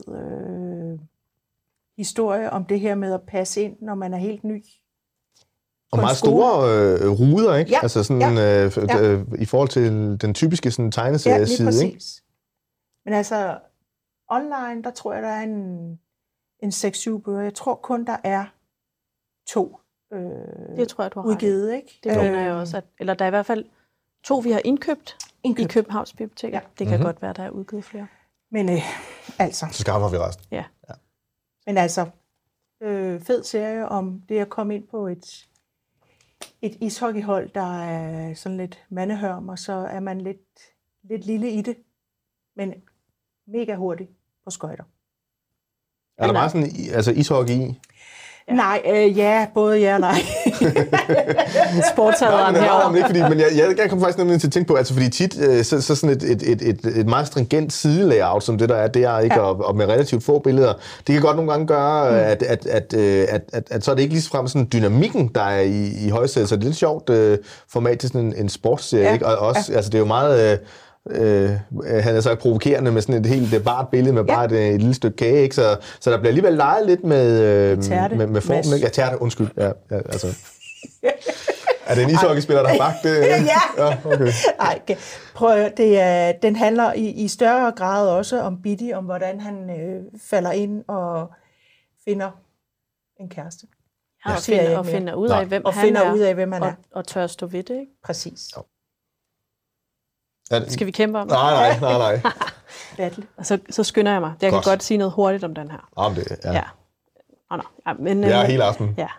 historie om det her med at passe ind, når man er helt ny. Og meget store ruder, ikke? Ja, altså sådan, i forhold til den typiske sådan, tegneserieside, ikke? Men altså, online, der tror jeg, der er en 6-7 bøger. Jeg tror kun, der er 2 det tror jeg, du har udgivet, ikke? Det mener jeg også. Eller der er i hvert fald 2, vi har indkøbt. I Københavns Bibliotek. Ja. Det kan godt være, der er udgivet flere. Men altså... Så skaffer vi resten. Ja. Men altså, fed serie om det at komme ind på et ishockeyhold, der er sådan lidt mandehørm, og så er man lidt lille i det, men mega hurtig på skøjter. Er der meget sådan altså ishockey i? Ja. Nej, ja, både ja og nej. Sportsaderen herovre. Ikke fordi, men jeg kom faktisk nemlig til at tænke på, altså fordi tit så sådan et meget stringent sidelayout, som det der er der, ikke? Og med relativt få billeder, det kan godt nogle gange gøre, at så er det ikke ligefrem sådan dynamikken, der er i højsædet, så det er lidt sjovt format til sådan en sportsserie, ikke? Og også, altså det er jo meget... han er så provokerende med sådan et helt bart billede med bare et lille stykke kage, ikke? Så der bliver alligevel leget lidt med formen, ikke? Ja, tærte, undskyld. Ja, altså. Er det en ishockeyspiller, der har bagt det? Ja, okay. Ej, prøv, den handler i større grad også om Biddy, om hvordan han falder ind og finder en kæreste. Ja, og finder ud af, hvem han er. Og tør stå ved det, ikke? Præcis. Skal vi kæmpe om det? Nej. Og så skynder jeg mig. Jeg kan godt sige noget hurtigt om den her. Om det, ja. Men, ja, hele aften. Ja.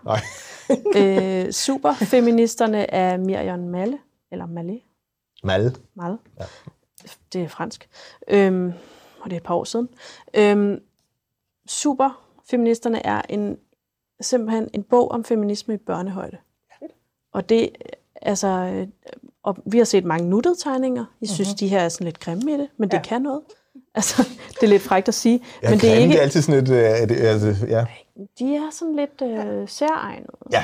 Superfeministerne af Miriam Malle. Eller Malle. Malle. Ja. Det er fransk. Og det er et par år siden. Superfeministerne er simpelthen en bog om feminisme i børnehøjde. Og det altså... Og vi har set mange nuttede tegninger. Jeg synes, de her er sådan lidt grimme i det, men det kan noget. Altså, det er lidt frækt at sige. Ja, men det er ikke... det er altid sådan lidt... ja. De er sådan lidt særegnede. Ja.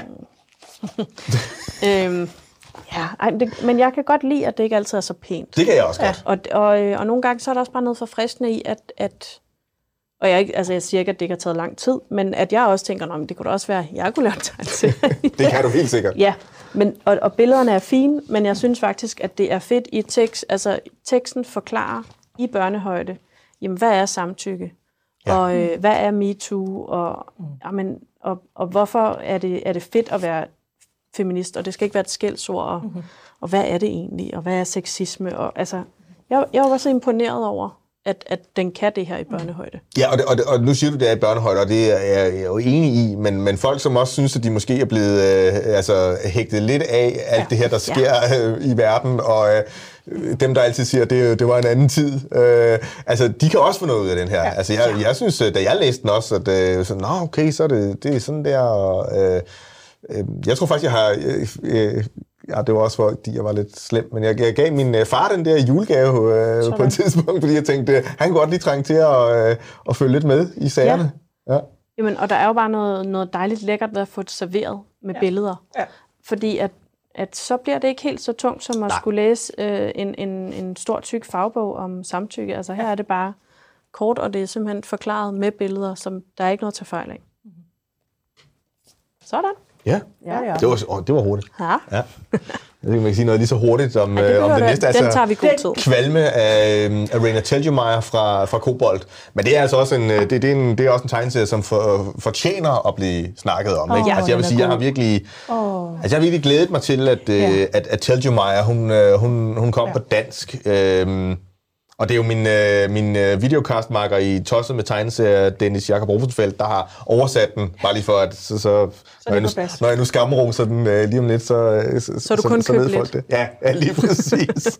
Men jeg kan godt lide, at det ikke altid er så pænt. Det kan jeg også godt. Og nogle gange så er der også bare noget forfriskende i, at og jeg siger ikke, at det ikke har taget lang tid, men at jeg også tænker, det kunne da også være, at jeg kunne lave en tegneserie. Det kan du helt sikkert. Ja, og billederne er fine, men jeg synes faktisk, at det er fedt i tekst. Altså, teksten forklarer i børnehøjde, jamen, hvad er samtykke? Ja. Og hvad er MeToo? Og hvorfor er det fedt at være feminist? Og det skal ikke være et skældsord. Og hvad er det egentlig? Og hvad er sexisme? Og, altså, jeg var så imponeret over, at den kan det her i børnehøjde. Ja, og nu siger du, det er i børnehøjde, og det er jeg jo enig i, men folk, som også synes, at de måske er blevet hægtet lidt af alt det her, der sker i verden, og dem, der altid siger, at det var en anden tid, de kan også få noget ud af den her. Altså, jeg synes, da jeg læste den også, at sådan, okay, så er det er sådan der, og jeg tror faktisk, jeg har... det var også fordi, jeg var lidt slem, men jeg gav min far den der julegave på et tidspunkt, fordi jeg tænkte, han kunne godt lige trænge til at følge lidt med i sagerne. Ja. Jamen, og der er jo bare noget dejligt lækkert ved at få det serveret med billeder. Ja. Fordi at så bliver det ikke helt så tungt, som at skulle læse en stor tyk fagbog om samtykke. Altså her er det bare kort, og det er simpelthen forklaret med billeder, som der er ikke noget til fejl af. Sådan. Ja, Ja. det var hurtigt. Ja. Ja. Jeg ved ikke, man kan sige noget lige så hurtigt om, Ja, om det næste. Den tager vi god tid. Kvalme af Raina Telgemeier fra Kobolt. Men det er altså også det er også en tegneserie, som fortjener at blive snakket om. Ikke? Altså, jeg vil sige, jeg har virkelig glædet mig til, at Telgemeier, hun kom på dansk. Og det er jo min videocastmarker i Tosset med tegneserier, Dennis Jakob Rosenfeldt, der har oversat den, bare lige for at når jeg nu skamroser den lige om lidt, så du kun køber lidt. Det. Ja, lige præcis.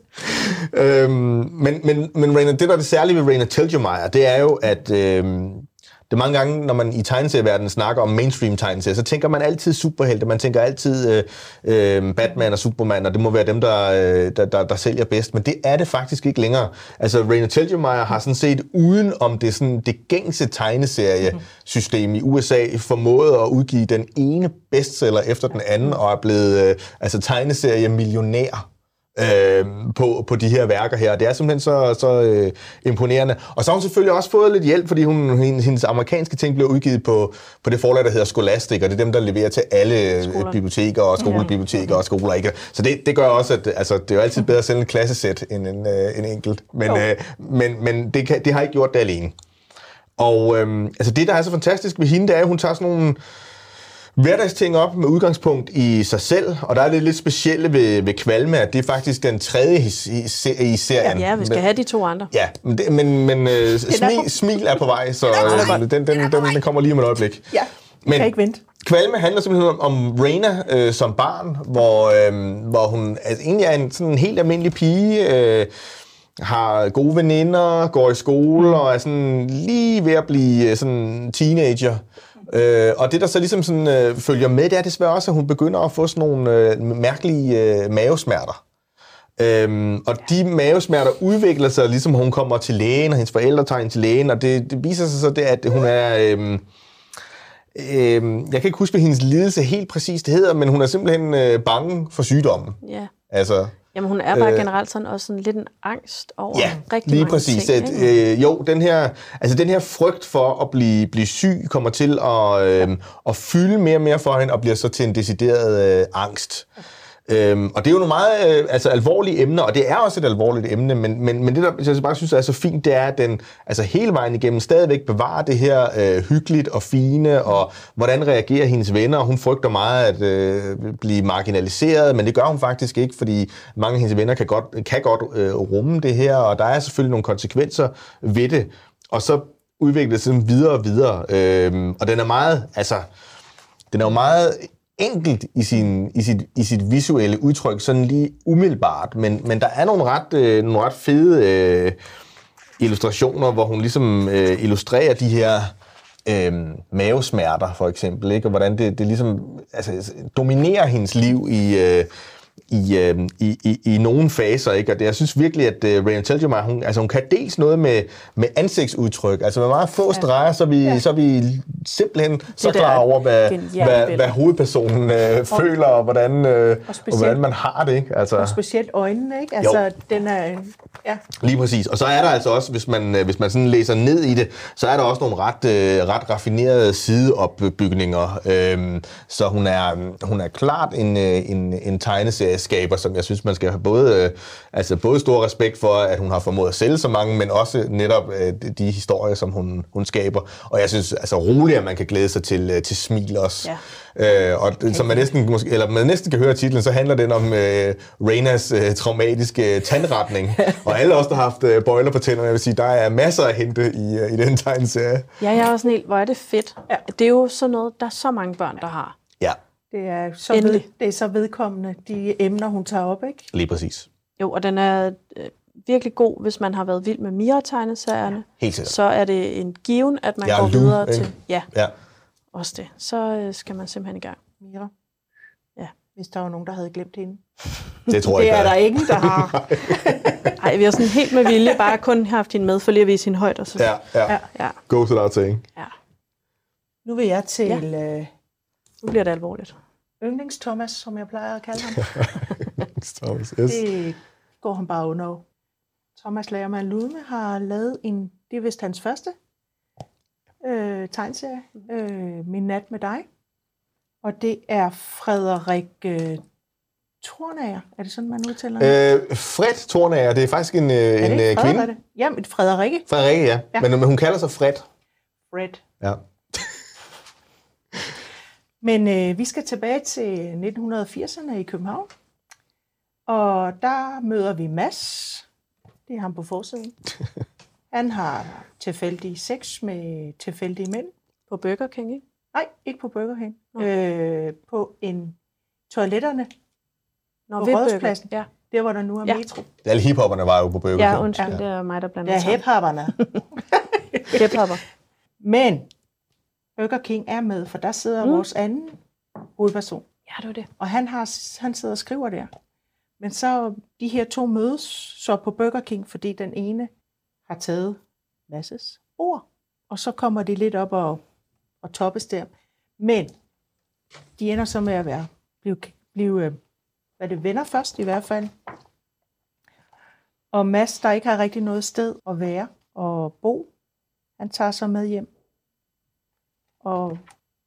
Men Raina, det der er det særlige ved Raina Telgemeier, det er jo, at det er mange gange, når man i tegneserieverdenen snakker om mainstream-tegneserier, så tænker man altid superhelte, man tænker altid Batman og Superman, og det må være dem, der sælger bedst, men det er det faktisk ikke længere. Altså, Raina Telgemeier har sådan set uden om det gængse tegneseriesystem i USA formået at udgive den ene bestseller efter den anden, og er blevet tegneseriemillionær på de her værker her. Det er simpelthen så imponerende. Og så har hun selvfølgelig også fået lidt hjælp, fordi hendes amerikanske ting bliver udgivet på det forlag, der hedder Scholastic, og det er dem, der leverer til alle biblioteker og skolebiblioteker og skoler. Ikke? Så det gør også, at det er jo altid bedre at sælge en klassesæt end en enkelt. Men det har ikke gjort det alene. Og det, der er så fantastisk ved hende, det er, at hun tager sådan nogle hverdagsting op med udgangspunkt i sig selv, og der er det lidt specielle ved Kvalme, at det er faktisk den tredje i serien. Ja, vi skal have de 2 andre. Ja, men Smil er på vej, så den kommer lige om et øjeblik. Ja, men kan ikke vente. Kvalme handler simpelthen om Raina som barn, hvor hun egentlig er en helt almindelig pige, har gode veninder, går i skole og er sådan lige ved at blive sådan teenager. Og det, der så ligesom sådan, følger med, det er desværre også, at hun begynder at få sådan nogle mærkelige mavesmerter. Og de mavesmerter udvikler sig, ligesom hun kommer til lægen, og hendes forældre tager hende til lægen, og det viser sig så, det, at hun er... jeg kan ikke huske, hvad hendes lidelse helt præcis det hedder, men hun er simpelthen bange for sygdommen. Ja. Altså... Jamen, hun er bare generelt sådan også sådan lidt en angst over rigtig lige mange præcis. ting. Den her frygt for at blive syg kommer til at fylde mere og mere for hende, og bliver så til en decideret angst. Og det er jo nogle meget alvorlige emner, og det er også et alvorligt emne, men det, der jeg bare synes er så fint, det er, at den hele vejen igennem stadigvæk bevarer det her hyggeligt og fine, og hvordan reagerer hendes venner. Hun frygter meget at blive marginaliseret, men det gør hun faktisk ikke, fordi mange af hendes venner kan godt rumme det her, og der er selvfølgelig nogle konsekvenser ved det, og så udvikler det sig videre og videre. Og den er meget, den er jo meget enkelt i sit visuelle udtryk, sådan lige umiddelbart, men der er nogle ret fede illustrationer, hvor hun ligesom illustrerer de her mavesmerter, for eksempel, ikke? Og hvordan det ligesom dominerer hendes liv i nogle faser, ikke? Og jeg synes virkelig, at Raina Telgemeier, hun kan dels noget med ansigtsudtryk, altså med meget få streger, så er vi simpelthen så klar over, hvad hovedpersonen føler, og hvordan man har det, ikke? Altså, og specielt øjnene, ikke? Altså, den er... Ja. Lige præcis. Og så er der altså også, hvis man sådan læser ned i det, så er der også nogle ret raffinerede sideopbygninger. Så hun er klart en tegneserieskaber, som jeg synes, man skal have både stor respekt for, at hun har formået at sælge så mange, men også netop de historier, som hun skaber. Og jeg synes roligt, at man kan glæde sig til Smil også. Ja. Og som man næsten kan høre titlen, så handler den om Rainas traumatiske tandretning. Og alle os, der har haft bøjler på tænderne, jeg vil sige, der er masser at hente i den tegneserie. Ja, jeg er også helt, hvor er det fedt. Ja. Det er jo sådan noget, der er så mange børn, der har. Ja. Det er så vedkommende, de emner, hun tager op, ikke? Lige præcis. Jo, og den er virkelig god, hvis man har været vild med Mira-tegneserierne. Helt sikkert. Så er det en given, at man går videre til... Ja. Også det. Så skal man simpelthen i gang. Mira. Ja. Hvis der var nogen, der havde glemt hende. Det tror jeg ikke. Det er der ingen, der har. Nej, vi har sådan helt med vilje bare kun haft hende med, for lige at vise hende højt. Og så. Ja. Go to that thing. Ja. Nu vil jeg til... Nu bliver det alvorligt. Yndlings Thomas, som jeg plejer at kalde ham. Thomas, yes. Det går han bare under. Thomas Lagerman Ludme har lavet det er vist hans første tegneserie, Min nat med dig. Og det er Frederik Thornager. Er det sådan, man udtaler det? Fred Thornager, det er faktisk en kvinde. Jamen, Frederikke. Frederikke, ja. Men hun kalder sig Fred. Fred. Ja. Men vi skal tilbage til 1980'erne i København. Og der møder vi Mads. Det er ham på forsiden. Han har tilfældig sex med tilfældige mænd. På Burger King, ikke? Nej, ikke på Burger King. På en toiletterne på Rådhuspladsen. Ja. Der, hvor der nu er metro. Alle hiphopperne var jo på Burger King. Ja, undskyld, det er mig, der blander sammen. Det er hiphopperne. Hiphopper. Men Burger King er med, for der sidder vores anden hovedperson. Ja, det var det. Og han sidder og skriver der. Men så de her to mødes så på Burger King, fordi den ene har taget Masses ord. Og så kommer de lidt op og toppes der. Men de ender så med at blive venner først i hvert fald. Og Mads, der ikke har rigtig noget sted at være og bo, han tager sig med hjem. Og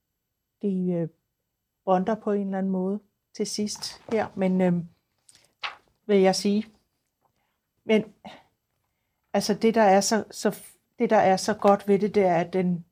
de bonder på en eller anden måde til sidst her. Men vil jeg sige. Men altså det, der er så godt ved det, det er, at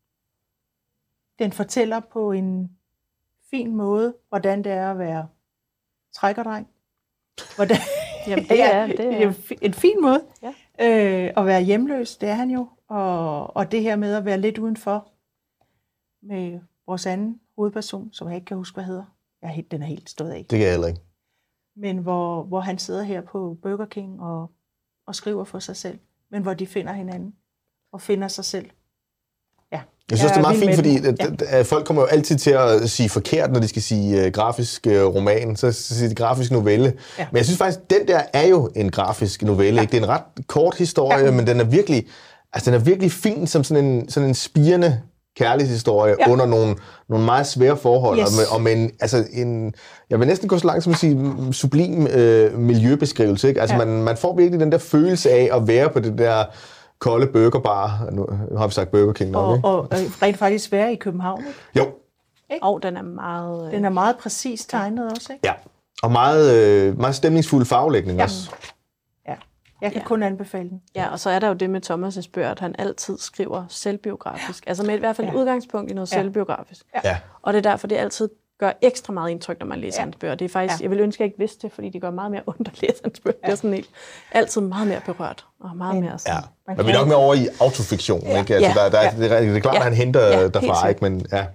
den fortæller på en fin måde, hvordan det er at være trækkerdreng. Hvordan, jamen, det er en fin måde. Ja. At være hjemløs, det er han jo. Og det her med at være lidt udenfor med vores anden hovedperson, som jeg ikke kan huske, hvad hedder. Den er helt stået af. Det kan jeg heller ikke. Men hvor han sidder her på Burger King og skriver for sig selv. Men hvor de finder hinanden og finder sig selv. Ja. Jeg synes, det er meget fint, fordi at folk kommer jo altid til at sige forkert, når de skal sige grafisk roman. Så siger de grafisk novelle. Ja. Men jeg synes faktisk, den der er jo en grafisk novelle. Ja. Ikke? Det er en ret kort historie, men den er virkelig fin som sådan en spirende kærlighedshistorie under nogle meget svære forhold. Yes. Og med jeg vil næsten gå så langt som at sige sublim miljøbeskrivelse. Ikke? Altså man får virkelig den der følelse af at være på det der kolde burgerbar. Nu har vi sagt Burger King nok, ikke? Og rent faktisk være i København, ikke? Jo. Og den er meget... Den er meget præcis tegnet også, ikke? Ja, og meget stemningsfuld farvelægning også. Ja, jeg kan kun anbefale den. Ja, og så er der jo det med Thomas' bøger, at han altid skriver selvbiografisk. Altså med i hvert fald et udgangspunkt i noget selvbiografisk. Ja. Og det er derfor, det altid gør ekstra meget indtryk, når man læser hans bøger. Det er faktisk, jeg vil ønske, at jeg ikke vidste det, fordi det gør meget mere ondt at læse hans bøger. Det er sådan helt, altid meget mere berørt, og meget mere sådan... Ja, men vi er nok med over i autofiktion, ikke? Altså, det er klart, at han henter derfra, ikke? Men ja.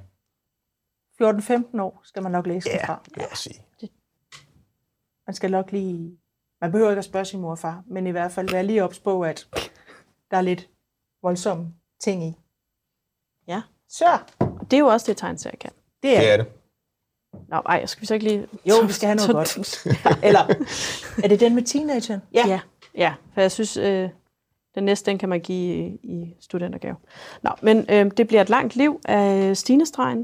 14-15 år skal man nok læse den fra. Ja, det vil jeg sige. Man skal nok lige... Man behøver ikke at spørge sin mor og far, men i hvert fald være lige ops på, at der er lidt voldsomme ting i. Ja. Så. Det er jo også det, tegneserie kan. Det er det. Nå, ej, skal vi så ikke lige... Jo, vi skal have noget godt. Eller, er det den med teenageren? Ja, for jeg synes, den næste, den kan man give i studentergave. Nå, men det bliver et langt liv af Stine-stregen,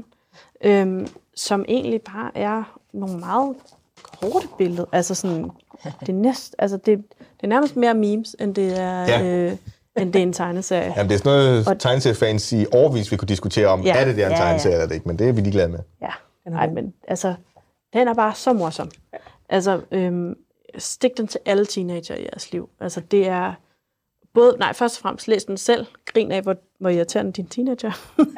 som egentlig bare er nogle meget korte billeder. Altså sådan, det er nærmest mere memes, end det er... end det er en tegneserie. Jamen, det er sådan noget, tegneseriefans i årevis vi kunne diskutere om, er det der en tegneserie eller det ikke, men det er vi ligeglade med. Ja, nej, men altså, den er bare så morsom. Altså, stik den til alle teenager i jeres liv. Altså, det er først og fremmest læs den selv, grin af, hvor irriterende din teenager.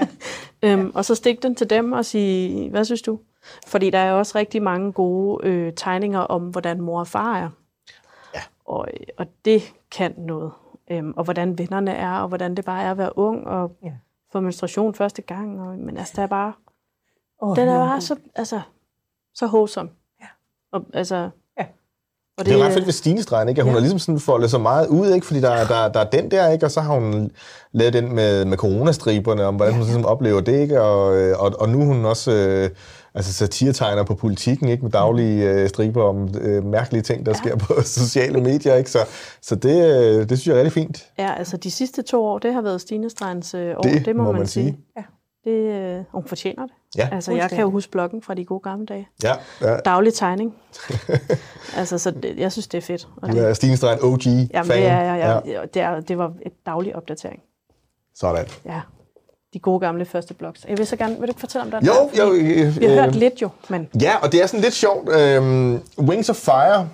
Og så stik den til dem og sige, hvad synes du? Fordi der er også rigtig mange gode tegninger om, hvordan mor og far er. Ja. Og det kan noget. Og hvordan vennerne er, og hvordan det bare er at være ung, og få menstruation første gang. Men altså, der er bare... den er bare så wholesome. Ja. Og, altså, og det er ret fedt ved Stine-stregen, ikke? Hun har ligesom sådan foldet så meget ud, ikke? Fordi der er den der, ikke? Og så har hun lavet den med coronastriberne, om hvordan hun ligesom oplever det, ikke? Og nu er hun også satiretegner på Politikken, ikke? Med daglige striber om mærkelige ting, der sker på sociale medier, ikke? Så det synes jeg er rigtig fint. Ja, altså de sidste 2 år, det har været Stine-stregens år, det må man sige. Ja. Hun fortjener det. Ja. Altså, jeg kan jo huske bloggen fra de gode gamle dage. Ja. Daglig tegning. Altså, så jeg synes, det er fedt. Du er Stine-stregen OG-fan. Jamen, det er jeg. Det var et daglig opdatering. Sådan. Ja. de gode gamle første blogs. Jeg vil så gerne, vil du ikke fortælle om det? Jo. Vi har hørt lidt jo, men... Ja, og det er sådan lidt sjovt. Wings of Fire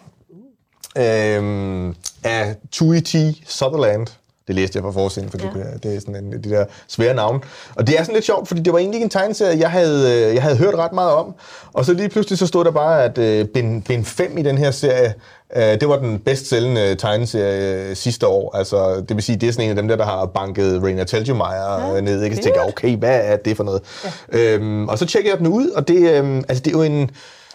af Tui T. Sutherland. Det læste jeg fra forsiden, for det er sådan de der svære navne. Og det er sådan lidt sjovt, fordi det var egentlig ikke en tegneserie, jeg havde hørt ret meget om. Og så lige pludselig så stod der bare, at bind 5 i den her serie, det var den bedst sælgende tegneserie sidste år. Altså, det vil sige, det er sådan en af dem der har banket Raina Telgemeier ned. Ikke? Så tænker jeg, okay, hvad er det for noget? Ja. Og så tjekker jeg den ud, og det er jo en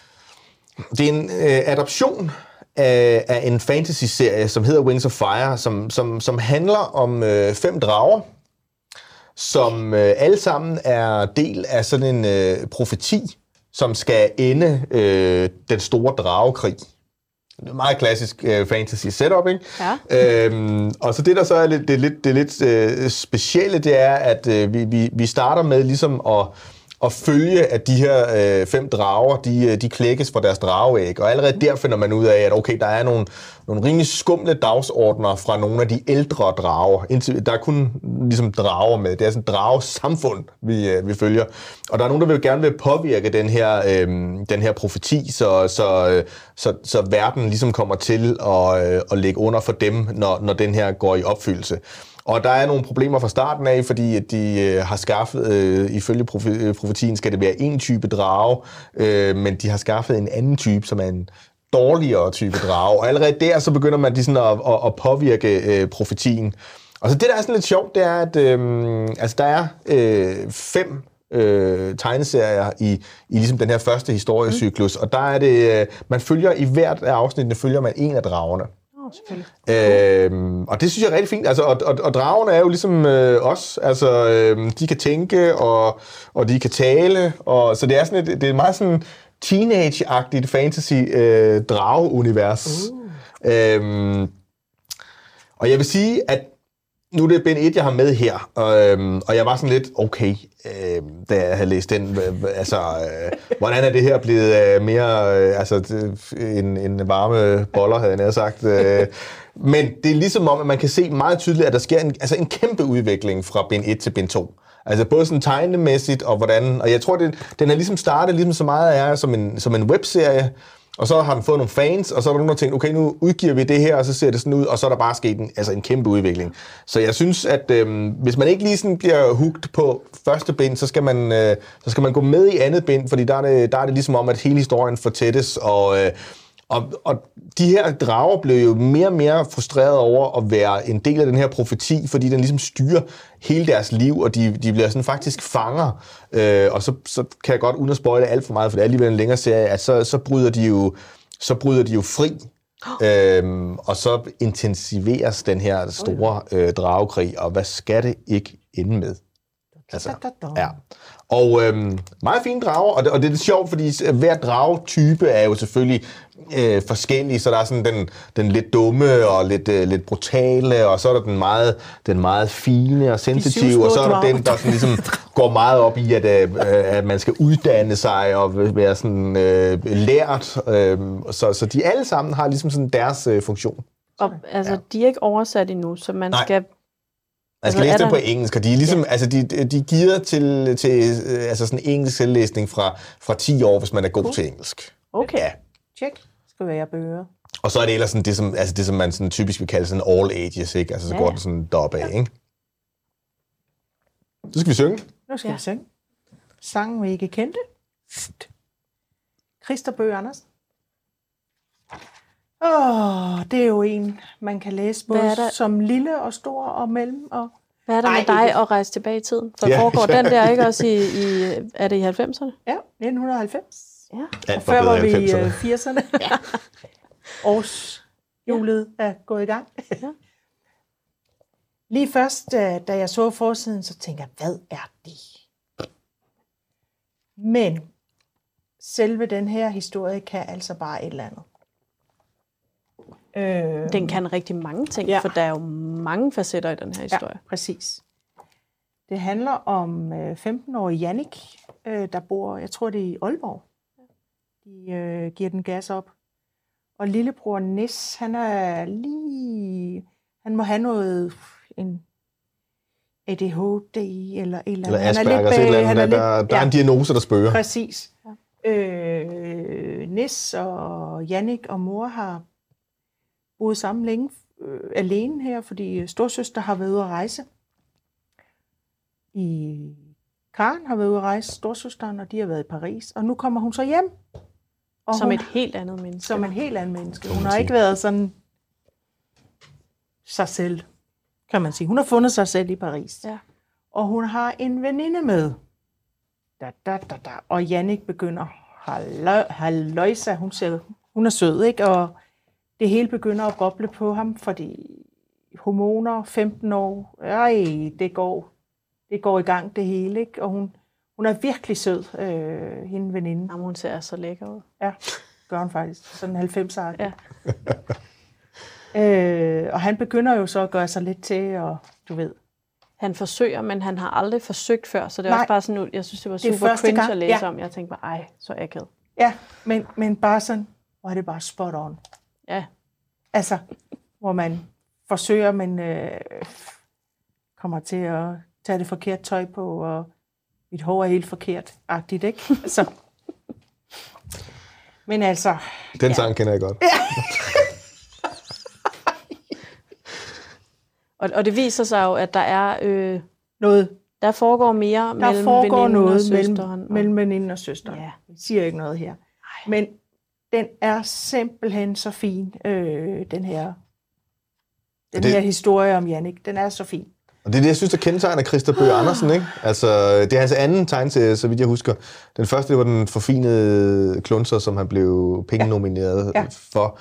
adoption af en fantasy-serie, som hedder Wings of Fire, som handler om 5 drager, som alle sammen er del af sådan en profeti, som skal ende den store dragekrig. Det er meget klassisk fantasy setup, ikke? Ja. Og så det, der så er det lidt specielle, det er, at vi starter med ligesom at følge, at de her 5 drager, de klækkes fra deres drageæg. Og allerede der finder man ud af, at okay, der er nogle rimelig skumle dagsordner fra nogle af de ældre drager. Der er kun ligesom drager med. Det er sådan et dragesamfund, vi følger. Og der er nogen, der gerne vil påvirke den her profeti, så verden ligesom kommer til at ligge under for dem, når den her går i opfyldelse. Og der er nogle problemer fra starten af, fordi at de har skaffet, ifølge profetien skal det være en type drage, men de har skaffet en anden type, som er en dårligere type drage. Og allerede der, så begynder man sådan at påvirke profetien. Og så det, der er sådan lidt sjovt, det er, at der er 5 tegneserier i ligesom den her første historiecyklus, og der er det, man følger i hvert af afsnittene, følger man en af dragerne. Og det synes jeg er rigtig fint. Altså, og dragerne er jo ligesom os. Altså, de kan tænke, og de kan tale. Og, så det er sådan det er meget sådan teenage-agtigt fantasy drageunivers. Og jeg vil sige, at nu er det bind 1, jeg har med her, og jeg var sådan lidt, okay, da jeg havde læst den, hvordan er det her blevet mere, en varme boller, havde jeg nær sagt. Men det er ligesom om, at man kan se meget tydeligt, at der sker en kæmpe udvikling fra bind 1 til bind 2. Altså både sådan tegnemæssigt og hvordan, og jeg tror, den er ligesom startet ligesom så meget er som en webserie, og så har den fået nogle fans, og så er der nogen, der tænkt, okay, nu udgiver vi det her, og så ser det sådan ud, og så er der bare sket en kæmpe udvikling. Så jeg synes, at hvis man ikke lige sådan bliver hooked på første bind, så skal man gå med i andet bind, fordi der er det ligesom om, at hele historien fortættes, og de her drager blev jo mere og mere frustreret over at være en del af den her profeti, fordi den ligesom styrer hele deres liv, og de bliver sådan faktisk fanger. Og så kan jeg godt, uden at spoile alt for meget, for det er alligevel en længere serie, at så bryder de jo fri. Og så intensiveres den her store dragekrig, og hvad skal det ikke ende med? Altså, ja. Og meget fine drager, og det er lidt sjovt, fordi hver dragetype er jo selvfølgelig forskellig, så der er sådan den lidt dumme og lidt brutale, og så er der den meget fine og sensitive, og så er der den, der sådan ligesom går meget op i, at man skal uddanne sig og være sådan lært, så de alle sammen har ligesom sådan deres funktion. Og altså, de er ikke oversat endnu, så man skal... Man skal læse dem på engelsk, og de er ligesom, de er gearet til sådan engelsk selvlæsning fra 10 år, hvis man er god til engelsk. Okay. Ja. Check. Skal være bøger. Og så er det ellers sådan det, som man sådan typisk vil kalde sådan all ages, ikke? Altså så går den sådan deroppe af, ikke? Så skal vi synge. Nu skal vi synge. Sangen vi ikke kendte. Christer Bøgh Andersen. Det er jo en, man kan læse både som lille og stor og mellem. Og... Hvad er der med dig at rejse tilbage i tiden? For foregår den der ikke også er det i 90'erne? Ja, 1990. Ja. Og før var vi i 80'erne. Ja. Årshjulet er gået i gang. Ja. Lige først, da jeg så forsiden, så tænkte jeg, hvad er det? Men selve den her historie kan altså bare et eller andet. Den kan rigtig mange ting, for der er jo mange facetter i den her historie. Ja, præcis. Det handler om 15-årige Jannik, der bor, jeg tror det er i Aalborg. De giver den gas op. Og lillebror Nis, han må have noget, ADHD eller et eller Eller andet. Aspergers, et eller andet. Der er en diagnose, der spørger. Præcis. Nis og Jannik og mor har boet sammen længe alene her, fordi storsøster har været ude at rejse. Karen har været ude at rejse, storsøsteren, og de har været i Paris. Og nu kommer hun så hjem. Og som et helt andet menneske. Som en helt anden menneske. Hun har ikke været sådan sig selv, kan man sige. Hun har fundet sig selv i Paris. Ja. Og hun har en veninde med. Og Jannik begynder, halløjsa, hun er sød, ikke? Og det hele begynder at boble på ham, fordi hormoner, 15 år, det går i gang det hele, ikke? Og hun er virkelig sød, hende veninde. Jamen, hun ser så lækker ud. Ja, gør hun faktisk. Sådan 90'er. Ja. Og han begynder jo så at gøre sig lidt til, og du ved. Han forsøger, men han har aldrig forsøgt før, så det er også bare sådan, jeg synes, det var det super cringe gang. at læse om. Jeg tænkte bare, så akavet. Ja, men bare sådan, hvor er det bare spot on. Ja. Altså, hvor man forsøger, men kommer til at tage det forkert tøj på, og mit hår er helt forkert-agtigt, ikke? Altså. Men altså. Den sang kender jeg godt. Ja. Og det viser sig jo, at der er noget. Der foregår mere mellem veninden og søsteren. Mellem veninden og søsteren. Ja. Jeg siger ikke noget her. Men den er simpelthen så fin, den her historie om Jannik. Den er så fin. Og det er det, jeg synes, der kendetegner Christer Bøgh Andersen, ikke? Altså, det er hans anden tegneserie, så vidt jeg husker. Den første, det var den forfinede klunser, som han blev pengenomineret for.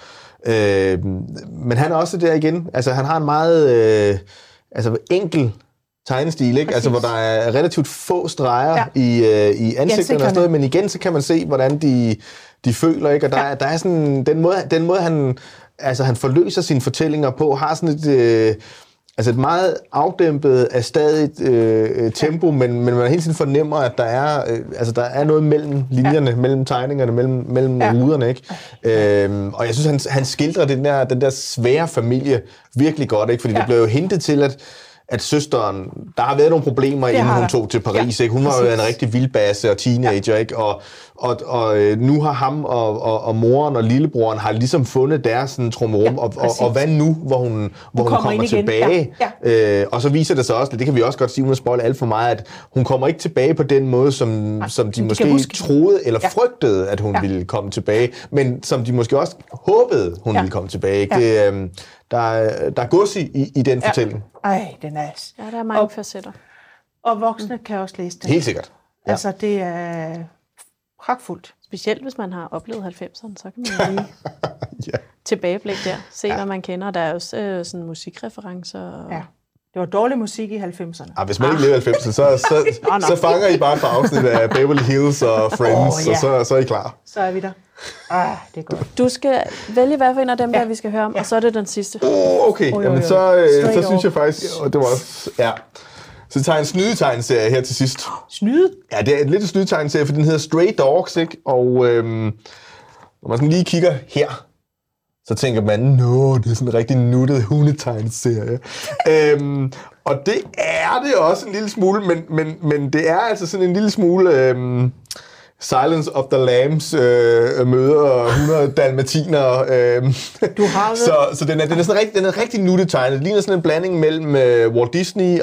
Men han er også der igen. Altså, han har en meget enkel tegnestil, ikke? Altså, hvor der er relativt få streger i ansigterne og sådan noget, men igen, så kan man se, hvordan de føler, ikke? Og der er sådan, den måde han forløser sine fortællinger på, har sådan et meget afdæmpet af stadigt tempo, men man hele tiden fornemmer, at der er noget mellem linjerne, mellem tegningerne, mellem ruderne, ikke? Og jeg synes, han skildrer den der svære familie virkelig godt, ikke? Fordi det blev jo hintet til, at søsteren, der har været nogle problemer, inden hun tog til Paris, ikke? Hun var jo en rigtig vildbasse og teenager, ikke? Og nu har ham og moren og lillebroren har ligesom fundet deres sådan trummerum, og hvad nu, hvor hun kommer tilbage? Og så viser det sig også, det kan vi også godt sige, uden at spoile alt for meget, at hun kommer ikke tilbage på den måde, som de måske troede eller frygtede, at hun ville komme tilbage, men som de måske også håbede, hun ville komme tilbage, ikke? Der er gods i den fortælling. Ej, den er... Ja, der er mange facetter. Og voksne kan også læse den. Helt sikkert. Ja. Altså, det er pragtfuldt. Specielt hvis man har oplevet 90'erne, så kan man lige tilbageblik der. Se, hvad man kender. Der er også sådan musikreferencer. Ja. Det var dårlig musik i 90'erne. Hvis man ikke lever i 90'erne, så fanger I bare et par afsnit af Beverly Hills og Friends, og så er I klar. Så er vi der. Det er godt. Du skal vælge, hvad for en af dem, der vi skal høre om, og så er det den sidste. Okay. Jamen, så synes jeg faktisk, og det var også... Ja. Så tager jeg en snydetegneserie her til sidst. Snyde? Ja, det er en lidt snydetegneserie, for den hedder Stray Dogs, ikke? Og når man sådan lige kigger her, så tænker man, det er sådan en rigtig nuttet hundetegneserie. Og det er det også en lille smule, men det er altså sådan en lille smule... Silence of the Lambs møder 100 dalmatiner. Du har det. Så den er sådan den er rigtig nuttetegnet. Det ligner sådan en blanding mellem Walt Disney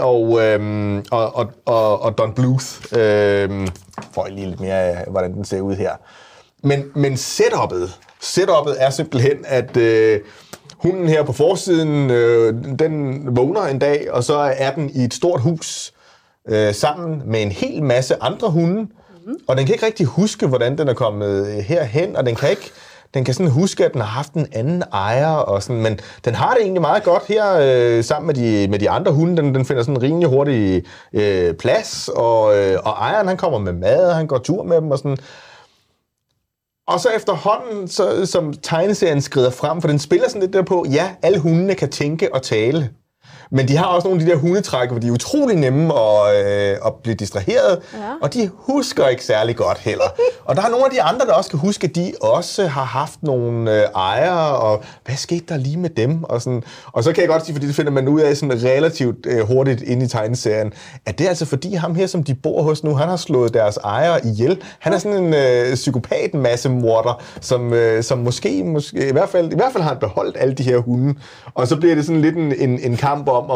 og Don Bluth. Får I lige lidt mere af, hvordan den ser ud her. Men setup'et er simpelthen, at hunden her på forsiden, den vågner en dag, og så er den i et stort hus sammen med en hel masse andre hunde. Og den kan ikke rigtig huske, hvordan den er kommet herhen, og den kan sådan huske, at den har haft en anden ejer, og sådan, men den har det egentlig meget godt her sammen med de andre hunde. Den finder sådan en rimelig hurtig plads, og ejeren han kommer med mad, og han går tur med dem og sådan. Og så efterhånden, som tegneserien skrider frem, for den spiller sådan lidt derpå, alle hundene kan tænke og tale. Men de har også nogle af de der hundetræk, hvor de er utrolig nemme at blive distraheret, og de husker ikke særlig godt heller. Og der er nogle af de andre, der også kan huske, at de også har haft nogle ejere, og hvad skete der lige med dem? Og så kan jeg godt sige, fordi det finder man ud af sådan relativt hurtigt inde i tegneserien, at det er altså fordi ham her, som de bor hos nu, han har slået deres ejere ihjel. Han er sådan en psykopat-massemorder, som måske i hvert fald har han beholdt alle de her hunde. Og så bliver det sådan lidt en kamp om,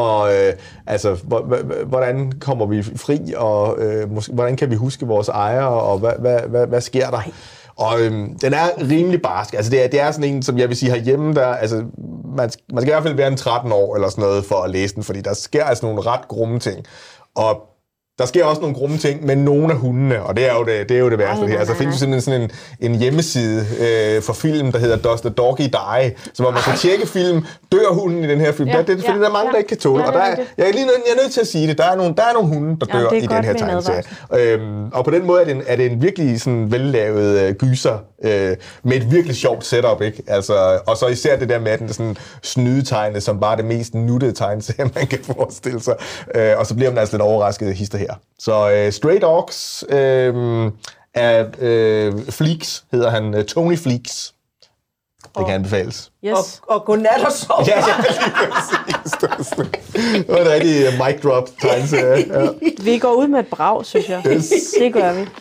hvordan kommer vi fri, og hvordan kan vi huske vores ejere, og hvad sker der? Og den er rimelig barsk. Altså det er sådan en, som jeg vil sige herhjemme, der, altså, man skal i hvert fald være en 13 år eller sådan noget for at læse den, fordi der sker altså nogle ret grumme ting. Og der sker også nogle grumme ting med nogle af hundene, og det er jo det værste her. Altså, der findes simpelthen sådan en hjemmeside for film, der hedder Does the Doggy Die? Så hvor man kan tjekke film, dør hunden i den her film? Ja, fordi der er mange, der ikke kan tåle. Og jeg er nødt til at sige det. Der er nogle hunde, der dør i den her tegneserie. Og på den måde er det en virkelig sådan vellavet gyser med et virkelig sjovt setup, ikke? Altså, og så især det der med, at den sådan snydetegne, som bare det mest nuttede tegneserie, man kan forestille sig. Og så bliver man altså lidt overrasket hister her. Så Stray Dogs af Fleex hedder han, Tony Fleex. Det kan anbefales. Yes. Og godnat og sov. Ja, lige præcis. Det var en rigtig mic drop tegneserie. Ja. Vi går ud med et brag, synes jeg. Yes. Det gør vi.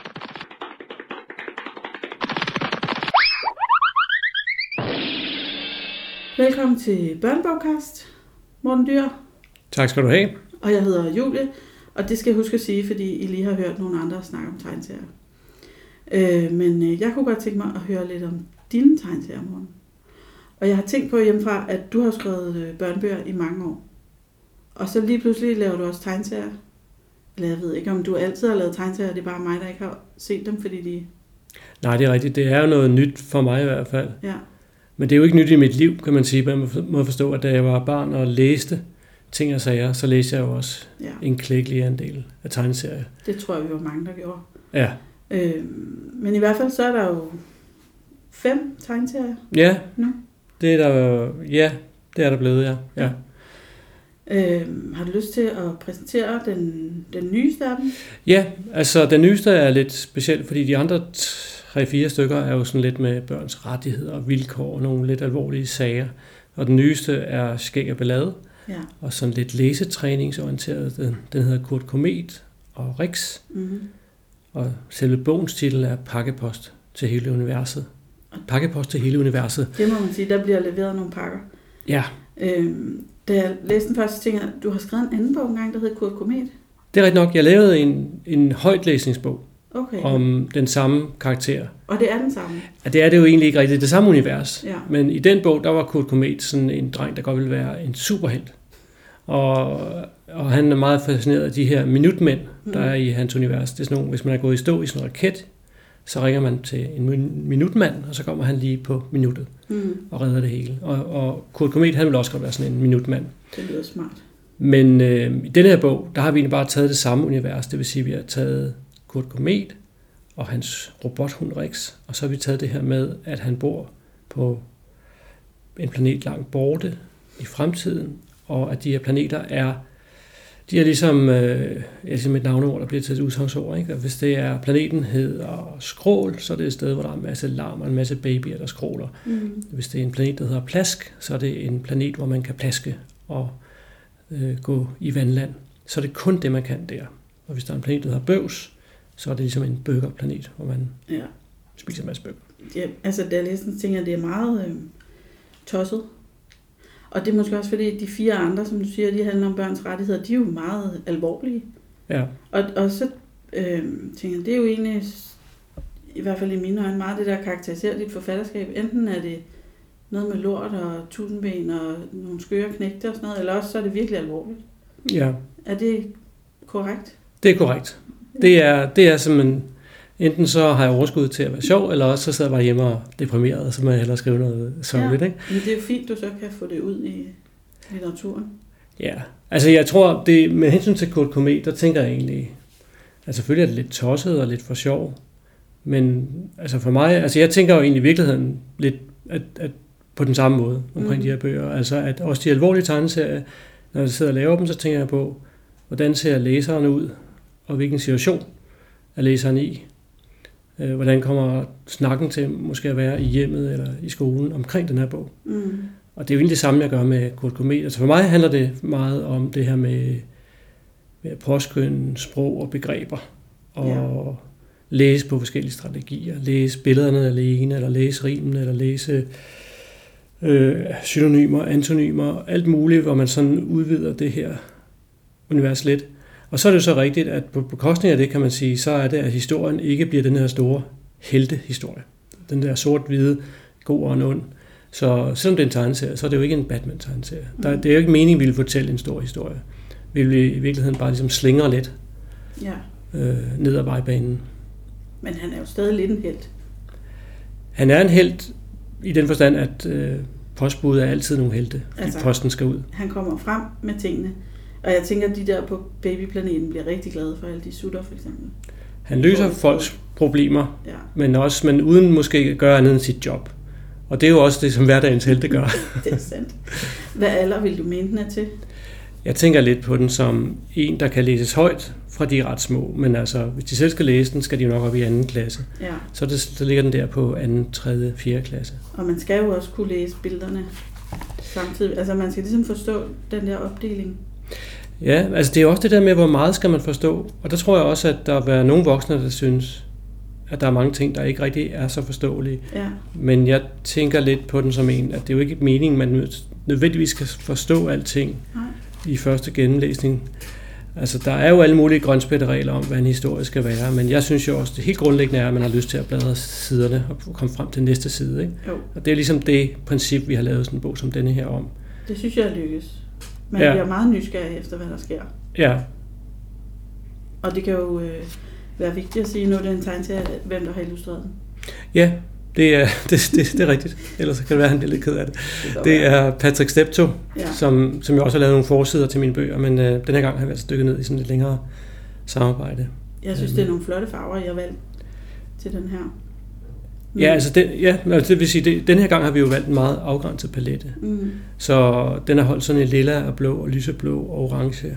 Velkommen til Børnebogcast, Morten Dyr. Tak skal du have. Og jeg hedder Julie, og det skal jeg huske at sige, fordi I lige har hørt nogle andre snakke om tegneserier. Men jeg kunne godt tænke mig at høre lidt om dine tegneserier, Morten. Og jeg har tænkt på hjemmefra, at du har skrevet børnebøger i mange år. Og så lige pludselig laver du også tegneserier. Eller jeg ved ikke, om du altid har lavet tegneserier, det er bare mig, der ikke har set dem, fordi de... Nej, det er rigtigt. Det er jo noget nyt for mig i hvert fald. Ja. Men det er jo ikke nyt i mit liv, kan man sige. Man må forstå, at da jeg var barn og læste ting og sager, så læste jeg jo også en klækkelig andel af tegneserier. Det tror jeg, vi var mange, der gjorde. Ja. Men i hvert fald så er der jo 5 tegneserier nu. Det er der blevet, ja. Har du lyst til at præsentere den nyeste af dem? Ja, altså den nyeste er lidt speciel, fordi de andre 3-4 stykker er jo sådan lidt med børns rettigheder og vilkår og nogle lidt alvorlige sager. Og den nyeste er Skæg og Ballade, og sådan lidt læsetræningsorienteret. Den hedder Kurt Komet og Rex, og selve bogens titel er Pakkepost til hele universet. Pakkepost til hele universet. Det må man sige, der bliver leveret nogle pakker. Ja. Da jeg læste den første, tænkte jeg, du har skrevet en anden bog engang, der hedder Kurt Komet. Det er rigtigt nok. Jeg lavede en højtlæsningsbog om den samme karakter. Og det er den samme? Ja, det er det jo egentlig ikke rigtigt. Det samme univers. Ja. Men i den bog, der var Kurt Komet sådan en dreng, der godt ville være en superhelt. Og han er meget fascineret af de her minutmænd, der er i hans univers. Det er sådan nogle, hvis man er gået i stå i sådan en raket, så ringer man til en minutmand, og så kommer han lige på minuttet og redder det hele. Og Kurt Komet, han vil også godt være sådan en minutmand. Det lyder smart. Men i denne her bog, der har vi egentlig bare taget det samme univers. Det vil sige, at vi har taget Kurt Komet og hans robothund Rex, og så har vi taget det her med, at han bor på en planet langt borte i fremtiden, og at de her planeter de er ligesom et navneord, der bliver til et udsagnsord. Ikke? Hvis det er planeten hedder Skrål, så er det et sted, hvor der er en masse larm og en masse babyer, der skråler. Hvis det er en planet, der hedder Plask, så er det en planet, hvor man kan plaske og gå i vandland. Så er det kun det, man kan der. Og hvis der er en planet, der hedder Bøvs, så er det ligesom en burgerplanet, hvor man spiser en masse bøger. Ja, altså da jeg læste den, tænker jeg, at det er meget tosset. Og det er måske også fordi, de 4 andre, som du siger, de handler om børns rettigheder, de er jo meget alvorlige. Ja. Og så tænker jeg, det er jo egentlig, i hvert fald i mine øjne, meget det, der karakteriserer dit forfatterskab. Enten er det noget med lort og tusindben og nogle skøre knægte og sådan noget, eller også så er det virkelig alvorligt. Ja. Er det korrekt? Det er korrekt. Det er simpelthen, enten så har jeg overskud til at være sjov, eller også så sidder jeg bare hjemme og deprimeret, og så må jeg hellere skrive noget sørgeligt, ikke? Men det er jo fint, du så kan få det ud i litteraturen. Ja, altså jeg tror, det med hensyn til Kurt Komet, der tænker jeg egentlig, at selvfølgelig er det lidt tosset og lidt for sjov, men altså for mig, altså jeg tænker jo egentlig i virkeligheden lidt at på den samme måde omkring de her bøger, altså at også de alvorlige tegneserier Når jeg sidder og laver dem, så tænker jeg på, hvordan ser læseren ud, og hvilken situation er læseren i. Hvordan kommer snakken til måske at være i hjemmet eller i skolen omkring den her bog. Og det er jo egentlig det samme, jeg gør med Kurt Komet. Altså for mig handler det meget om det her med at påskynde sprog og begreber, og læse på forskellige strategier, læse billederne alene, eller læse rimen, eller læse synonymer, antonymer, alt muligt, hvor man sådan udvider det her univers lidt. Og så er det jo så rigtigt, at på bekostning af det, kan man sige, så er det, at historien ikke bliver den her store heltehistorie. Den der sort-hvide, god og en ond. Så selvom det er en tegneserie, så er det jo ikke en Batman-tegneserie. Det er jo ikke meningen, at vi vil fortælle en stor historie. Vi vil i virkeligheden bare ligesom slingre lidt ned ad vejbanen. Men han er jo stadig lidt en helt. Han er en helt i den forstand, at postbuddet er altid nogle helte, fordi altså, posten skal ud. Han kommer frem med tingene, og jeg tænker, at de der på babyplaneten bliver rigtig glade for alle de sutter, for eksempel. Han løser folks problemer, men uden måske at gøre andet end sit job. Og det er jo også det, som hverdagens helte gør. Det er sandt. Hvad alder vil du mene den er til? Jeg tænker lidt på den som en, der kan læses højt, fra de er ret små. Men altså, hvis de selv skal læse den, skal de jo nok op i 2. klasse. Ja. Så ligger den der på 2., 3., 4. klasse. Og man skal jo også kunne læse billederne samtidig. Altså man skal ligesom forstå den der opdeling. Ja, altså det er også det der med, hvor meget skal man forstå. Og der tror jeg også, at der vil være nogle voksne, der synes, at der er mange ting, der ikke rigtig er så forståelige. Ja. Men jeg tænker lidt på den som en, at det er jo ikke meningen, man nødvendigvis skal forstå alting i første gennemlæsning. Altså, der er jo alle mulige grønspætteregler om, hvad en historie skal være, men jeg synes jo også, det helt grundlæggende er, at man har lyst til at bladre siderne og komme frem til næste side. Ikke? Og det er ligesom det princip, vi har lavet sådan en bog som denne her om. Det synes jeg lykkes. Man bliver meget nysgerrig efter, hvad der sker. Ja. Og det kan jo være vigtigt at sige, nu det er en tegneserie, hvem der har illustreret den. Ja, det er rigtigt. Ellers kan det være, at han bliver lidt ked af det. Det er Patrick Steptoe, som jeg også har lavet nogle forsider til mine bøger, men den her gang har vi altså dykket ned i sådan et længere samarbejde. Jeg synes, det er nogle flotte farver, jeg har valgt til den her. Men... Ja, altså det vil sige, den her gang har vi jo valgt en meget afgrænset palette. Så den har holdt sådan en lilla og blå og lyseblå og orange.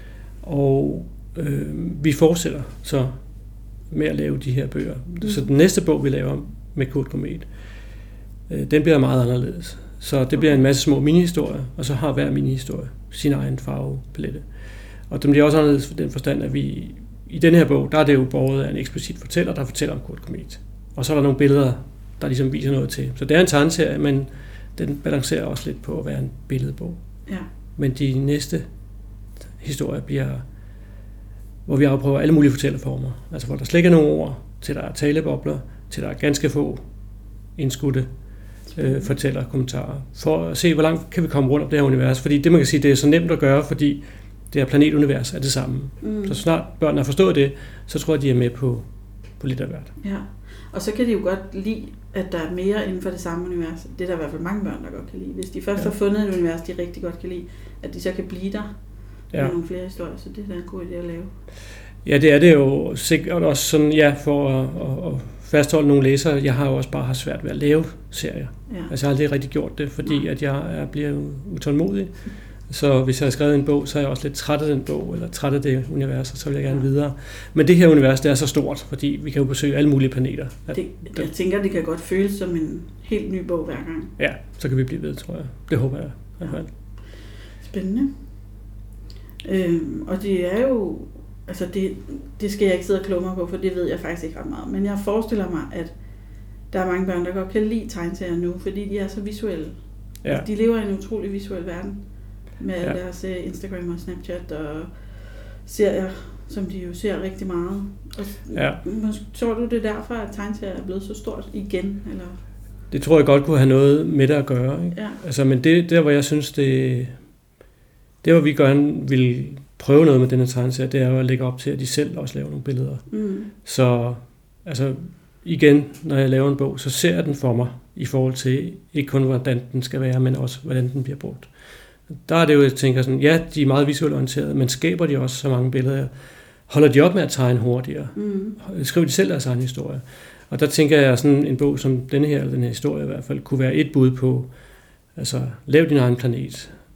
Og vi fortsætter så med at lave de her bøger. Så den næste bog, vi laver med Kurt Komet, den bliver meget anderledes. Så det bliver en masse små minihistorier, og så har hver minihistorie sin egen farvepalette. Og den bliver også anderledes for den forstand, at vi i den her bog, der er det jo båret af en eksplicit fortæller, der fortæller om Kurt Komet. Og så er der nogle billeder, der ligesom viser noget til. Så det er en tegneserie, men den balancerer også lidt på at være en billedbog. Ja. Men de næste historier bliver, hvor vi afprøver alle mulige fortællerformer. Altså hvor der slet ikke er nogen ord, til der er talebobler, til der er ganske få indskudte fortællerkommentarer. For at se, hvor langt kan vi komme rundt om det her univers. Fordi det, man kan sige, det er så nemt at gøre, fordi det her planetunivers er det samme. Så snart børnene har forstået det, så tror jeg, de er med på lidt af hvert. Ja, og så kan de jo godt lide, at der er mere inden for det samme univers. Det er der i hvert fald mange børn, der godt kan lide. Hvis de først har fundet et univers, de rigtig godt kan lide, at de så kan blive der med nogle flere historier. Så det er da en god idé at lave. Ja, det er det jo sikkert også sådan, for at fastholde nogle læsere. Jeg har jo også bare haft svært ved at lave serier. Ja. Altså jeg har aldrig rigtig gjort det, fordi at jeg bliver utålmodig. Så hvis jeg har skrevet en bog, så er jeg også lidt træt af den bog, eller træt af det univers, og så vil jeg gerne videre. Men det her univers, det er så stort, fordi vi kan jo besøge alle mulige planeter. Jeg tænker, det kan godt føles som en helt ny bog hver gang. Ja, så kan vi blive ved, tror jeg. Det håber jeg i hvert fald. Spændende. Og det er jo, altså det skal jeg ikke sidde og kloge mig på, for det ved jeg faktisk ikke ret meget. Men jeg forestiller mig, at der er mange børn, der godt kan lide tegneserier nu, fordi de er så visuelle. Ja. Altså, de lever i en utrolig visuel verden. Med deres Instagram og Snapchat og serier, som de jo ser rigtig meget. Og tror du, det er derfor, at tegneserier er blevet så stort igen? Eller? Det tror jeg godt kunne have noget med det at gøre. Ikke? Ja. Altså, men det der, hvor jeg synes, det hvor vi gerne vil prøve noget med denne tegneserie, det er jo at lægge op til, at de selv også laver nogle billeder. Så altså, igen, når jeg laver en bog, så ser jeg den for mig i forhold til ikke kun, hvordan den skal være, men også, hvordan den bliver brugt. Der er det jo, jeg tænker sådan, ja, de er meget visuelt orienterede, men skaber de også så mange billeder? Holder de op med at tegne hurtigere? Skriver de selv deres egen historie? Og der tænker jeg, sådan en bog som denne her, eller den her historie i hvert fald, kunne være et bud på, altså, lav din egen planet.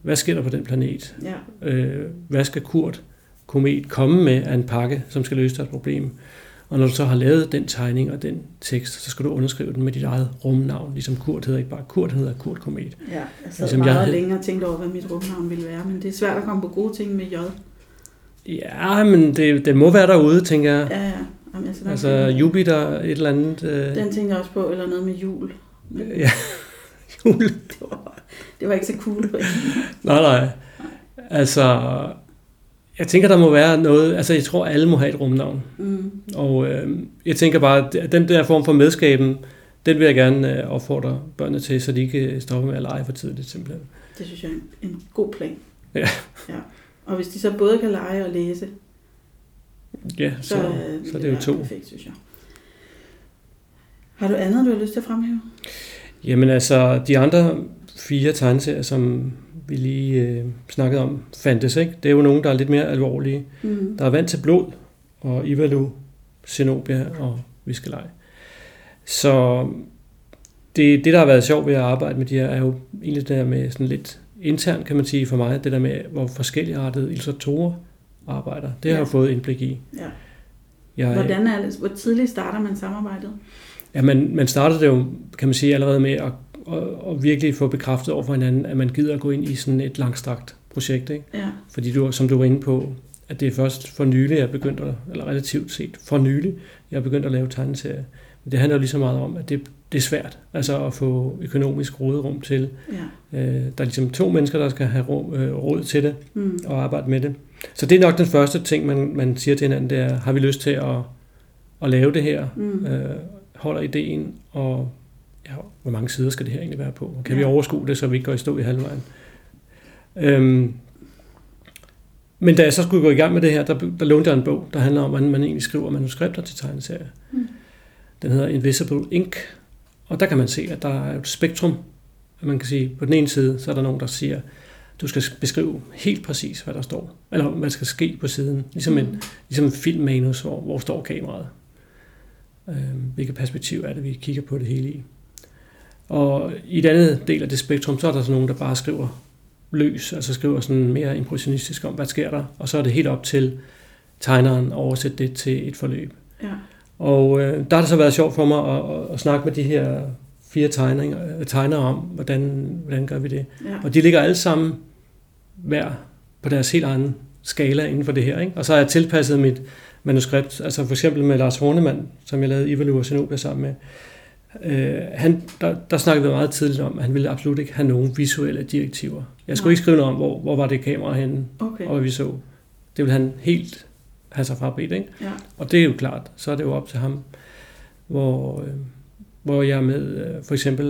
hvad sker der på den planet? Ja. Hvad skal Kurt Komet komme med af en pakke, som skal løse deres problem? Og når du så har lavet den tegning og den tekst, så skal du underskrive den med dit eget rumnavn. Ligesom Kurt hedder ikke bare Kurt, han hedder Kurt Komet. Ja, jeg sad meget længe og tænkte over, hvad mit rumnavn ville være, men det er svært at komme på gode ting med J. Ja, men det må være derude, tænker jeg. Ja. Jamen, altså Jupiter, et eller andet... Den tænkte jeg også på, eller noget med jul. Men ja, jul. Det var ikke så cool på Nej. Altså, jeg tænker, der må være noget... Altså, jeg tror, alle må have et rumnavn. Og jeg tænker bare, at den der form for medskaben, den vil jeg gerne opfordre børnene til, så de ikke stopper med at lege for tidligt, simpelthen. Det synes jeg er en god plan. Ja. Og hvis de så både kan lege og læse, ja, så er det jo 2. Perfekt, synes jeg. Har du andet, du har lyst til at fremhæve? Jamen altså, de andre 4 tegneserier, som vi lige snakkede om, fandtes, ikke? Det er jo nogle, der er lidt mere alvorlige. Der er Vand til blod, og Ivalu, Zenobia og Viskelej. Så det, der har været sjovt ved at arbejde med de her, er jo egentlig det der med sådan lidt internt, kan man sige for mig, det der med, hvor forskelligartede illustratorer arbejder. Det har jeg fået indblik i. Ja. Hvordan er det? Hvor tidligt starter man samarbejdet? Ja, man startede det jo, kan man sige, allerede med at virkelig få bekræftet over for hinanden, at man gider at gå ind i sådan et langstrakt projekt. Ikke? Ja. Fordi som du var inde på, at det er først for nylig, jeg begyndte eller relativt set for nylig, jeg begyndte at lave tegneserier. Men det handler jo lige så meget om, at det er svært altså at få økonomisk råderum til. Ja. Der er ligesom 2 mennesker, der skal have råd til det og arbejde med det. Så det er nok den første ting, man siger til hinanden, det er, har vi lyst til at lave det her? Holder ideen, og hvor mange sider skal det her egentlig være på? Kan vi overskue det, så vi ikke går i stå i halvvejen? Men da jeg så skulle gå i gang med det her, der lånte jeg en bog, der handler om, hvordan man egentlig skriver manuskripter til tegneserier. Den hedder Invisible Ink, og der kan man se, at der er et spektrum. Man kan sige, på den ene side, så er der nogen, der siger, du skal beskrive helt præcis, hvad der står, eller hvad skal ske på siden. Ligesom en filmmanus, hvor står kameraet. Hvilket perspektiv er det, vi kigger på det hele i. Og i den andet del af det spektrum, så er der sådan nogen, der bare skriver løs, altså skriver sådan mere impressionistisk om, hvad sker der, og så er det helt op til tegneren at oversætte det til et forløb. Ja. Og der har det så været sjovt for mig at snakke med de her 4 tegnere om, hvordan gør vi det. Ja. Og de ligger alle sammen hver på deres helt egen skala inden for det her. Ikke? Og så har jeg tilpasset mit manuskript, altså for eksempel med Lars Hornemann, som jeg lavede Ivalu og Zenobia sammen med. Der snakkede vi meget tidligt om, at han ville absolut ikke have nogen visuelle direktiver. Jeg skulle ikke skrive noget om, hvor var det kamera henne, og hvad vi så. Det ville han helt have sig frabedt, ikke? Ja. Og det er jo klart, så er det jo op til ham, hvor jeg med, for eksempel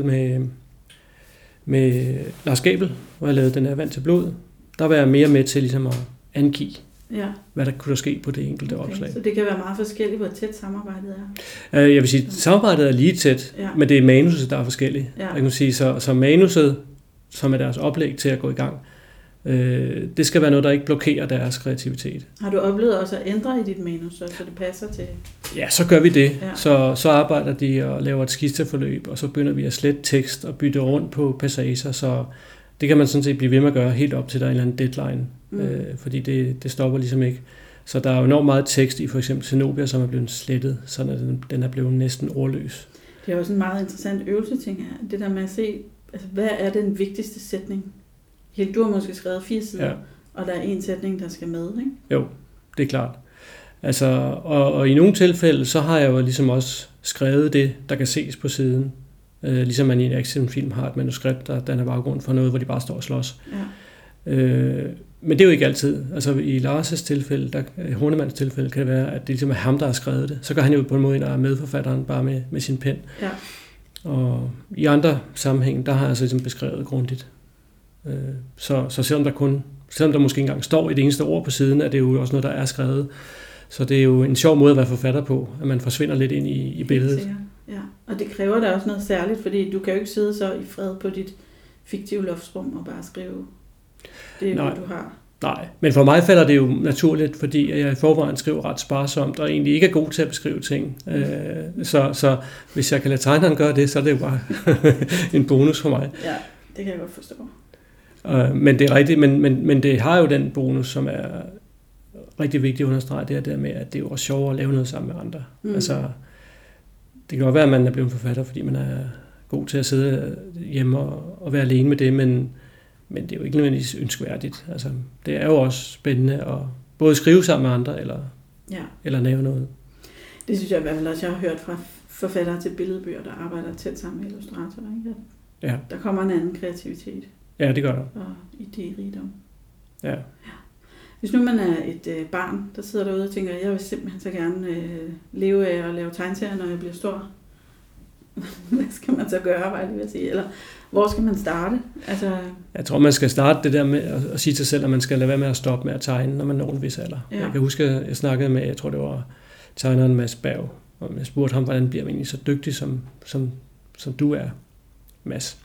med Lars Gabel, hvor jeg lavede den her Vand til blod, der var jeg mere med til ligesom at angive, hvad der kunne ske på det enkelte opslag. Så det kan være meget forskelligt, hvor tæt samarbejdet er? Jeg vil sige, samarbejdet er lige tæt, men det er manuset, der er forskelligt. Ja. Jeg kan sige, så manuset, som er deres oplæg til at gå i gang, det skal være noget, der ikke blokerer deres kreativitet. Har du oplevet også at ændre i dit manus, så det passer til? Ja, så gør vi det. Ja. Så arbejder de og laver et skitseforløb, og så begynder vi at slette tekst og bytte rundt på passager, så det kan man sådan set blive ved med at gøre helt op til der er en eller anden deadline, fordi det stopper ligesom ikke. Så der er jo enormt meget tekst i for eksempel Zenobia, som er blevet slettet, så den er blevet næsten ordløs. Det er også en meget interessant øvelse, tænker jeg. Det der med at se, altså, hvad er den vigtigste sætning? Du har måske skrevet 4 sider, og der er en sætning, der skal med, ikke? Jo, det er klart. Altså, og i nogle tilfælde, så har jeg jo ligesom også skrevet det, der kan ses på siden. Ligesom man i en actionfilm har et manuskript, der danner baggrund for noget, hvor de bare står og slås. Ja. Men det er jo ikke altid. Altså i Lars' tilfælde, Hornemanns tilfælde, kan det være, at det ligesom er ham, der har skrevet det. Så går han jo på en måde ind og er medforfatteren bare med sin pen. Ja. Og i andre sammenhæng, der har jeg altså ligesom beskrevet grundigt. Så selvom der måske engang står et eneste ord på siden, er det jo også noget, der er skrevet. Så det er jo en sjov måde at være forfatter på, at man forsvinder lidt ind i billedet. Ja, og det kræver da også noget særligt, fordi du kan jo ikke sidde så i fred på dit fiktive loftsrum og bare skrive det, hvad du har. Nej, men for mig falder det jo naturligt, fordi jeg i forvejen skriver ret sparsomt, og egentlig ikke er god til at beskrive ting. Så hvis jeg kan lade tegneren gøre det, så er det jo bare en bonus for mig. Ja, det kan jeg godt forstå. Men det er rigtigt, men det har jo den bonus, som er rigtig vigtigt at understrege, det er der med, at det er jo også sjovere at lave noget sammen med andre. Altså, det kan godt være, at man er blevet forfatter, fordi man er god til at sidde hjemme og være alene med det, men det er jo ikke nødvendigvis ønskværdigt. Altså, det er jo også spændende at både skrive sammen med andre, eller lave noget. Det synes jeg i hvert fald også, jeg har hørt fra forfattere til billedbøger, der arbejder tæt sammen med illustratorer. Ikke? Ja. Der kommer en anden kreativitet. Ja, det gør der. Og idérigdom. Ja. Hvis nu man er et barn, der sidder derude og tænker, jeg vil simpelthen så gerne leve af at lave tegneserier, når jeg bliver stor. Hvad skal man så gøre, var jeg lige ved at sige? Eller hvor skal man starte? Altså... Jeg tror, man skal starte det der med at sige til sig selv, at man skal lade være med at stoppe med at tegne, når man når en vis alder. Ja. Jeg kan huske, at jeg snakkede med, jeg tror det var tegneren Mads Berg, og jeg spurgte ham, hvordan bliver man egentlig så dygtig, som du er, Mads.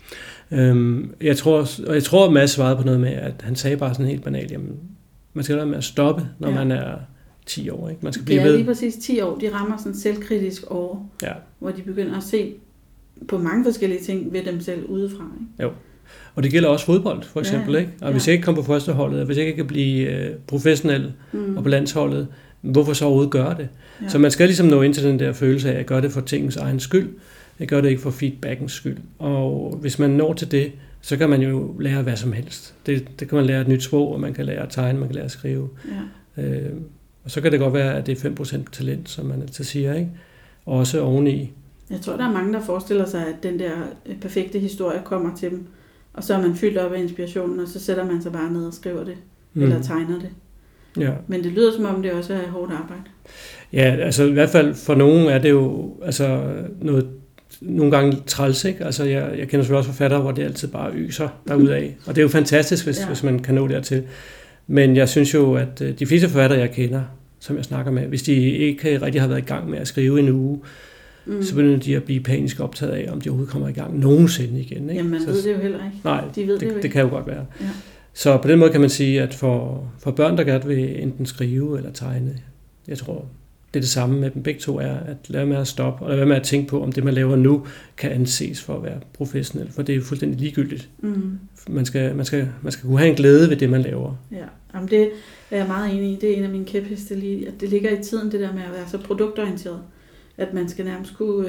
Jeg tror, at Mads svarede på noget med, at han sagde bare sådan helt banalt, jamen, man skal lade være med at stoppe, når man er 10 år. Ikke? Man skal blive ved. Det er lige præcis 10 år. De rammer sådan selvkritisk år, hvor de begynder at se på mange forskellige ting ved dem selv udefra. Ikke? Jo. Og det gælder også fodbold, for eksempel. Ikke? Og hvis jeg ikke kommer på førsteholdet, og hvis jeg ikke kan blive professionel og på landsholdet, hvorfor så overhovedet gøre det? Ja. Så man skal ligesom nå ind til den der følelse af, at jeg gør det for tingens egen skyld. Jeg gør det ikke for feedbackens skyld. Og hvis man når til det, så kan man jo lære hvad som helst. Det kan man lære et nyt sprog, og man kan lære at tegne, man kan lære at skrive. Ja. Og så kan det godt være, at det er 5% talent, som man altid siger, ikke? Også oveni. Jeg tror, der er mange, der forestiller sig, at den der perfekte historie kommer til dem, og så er man fyldt op af inspirationen, og så sætter man sig bare ned og skriver det, eller tegner det. Ja. Men det lyder som om, det også er hårdt arbejde. Ja, altså i hvert fald for nogen er det jo altså noget nogle gange træls, ikke? Altså jeg kender selvfølgelig også forfattere, hvor det altid bare yser derudaf. Og det er jo fantastisk, hvis man kan nå dertil. Men jeg synes jo, at de fleste forfattere, jeg kender, som jeg snakker med, hvis de ikke rigtig har været i gang med at skrive en uge, så begynder de at blive panisk optaget af, om de overhovedet kommer i gang nogensinde igen. Ikke? Jamen man ved det jo heller ikke. Nej, de ved det kan jo godt være. Ja. Så på den måde kan man sige, at for børn, der gerne vil enten skrive eller tegne, jeg tror, det er det samme med dem begge to, er at lade med at stoppe, og lade være med at tænke på, om det, man laver nu, kan anses for at være professionel, for det er jo fuldstændig ligegyldigt. Man skal kunne have en glæde ved det, man laver. Ja, jamen det er jeg meget enig i. Det er en af mine kæpheste lige, at det ligger i tiden, det der med at være så produktorienteret, at man skal nærmest kunne,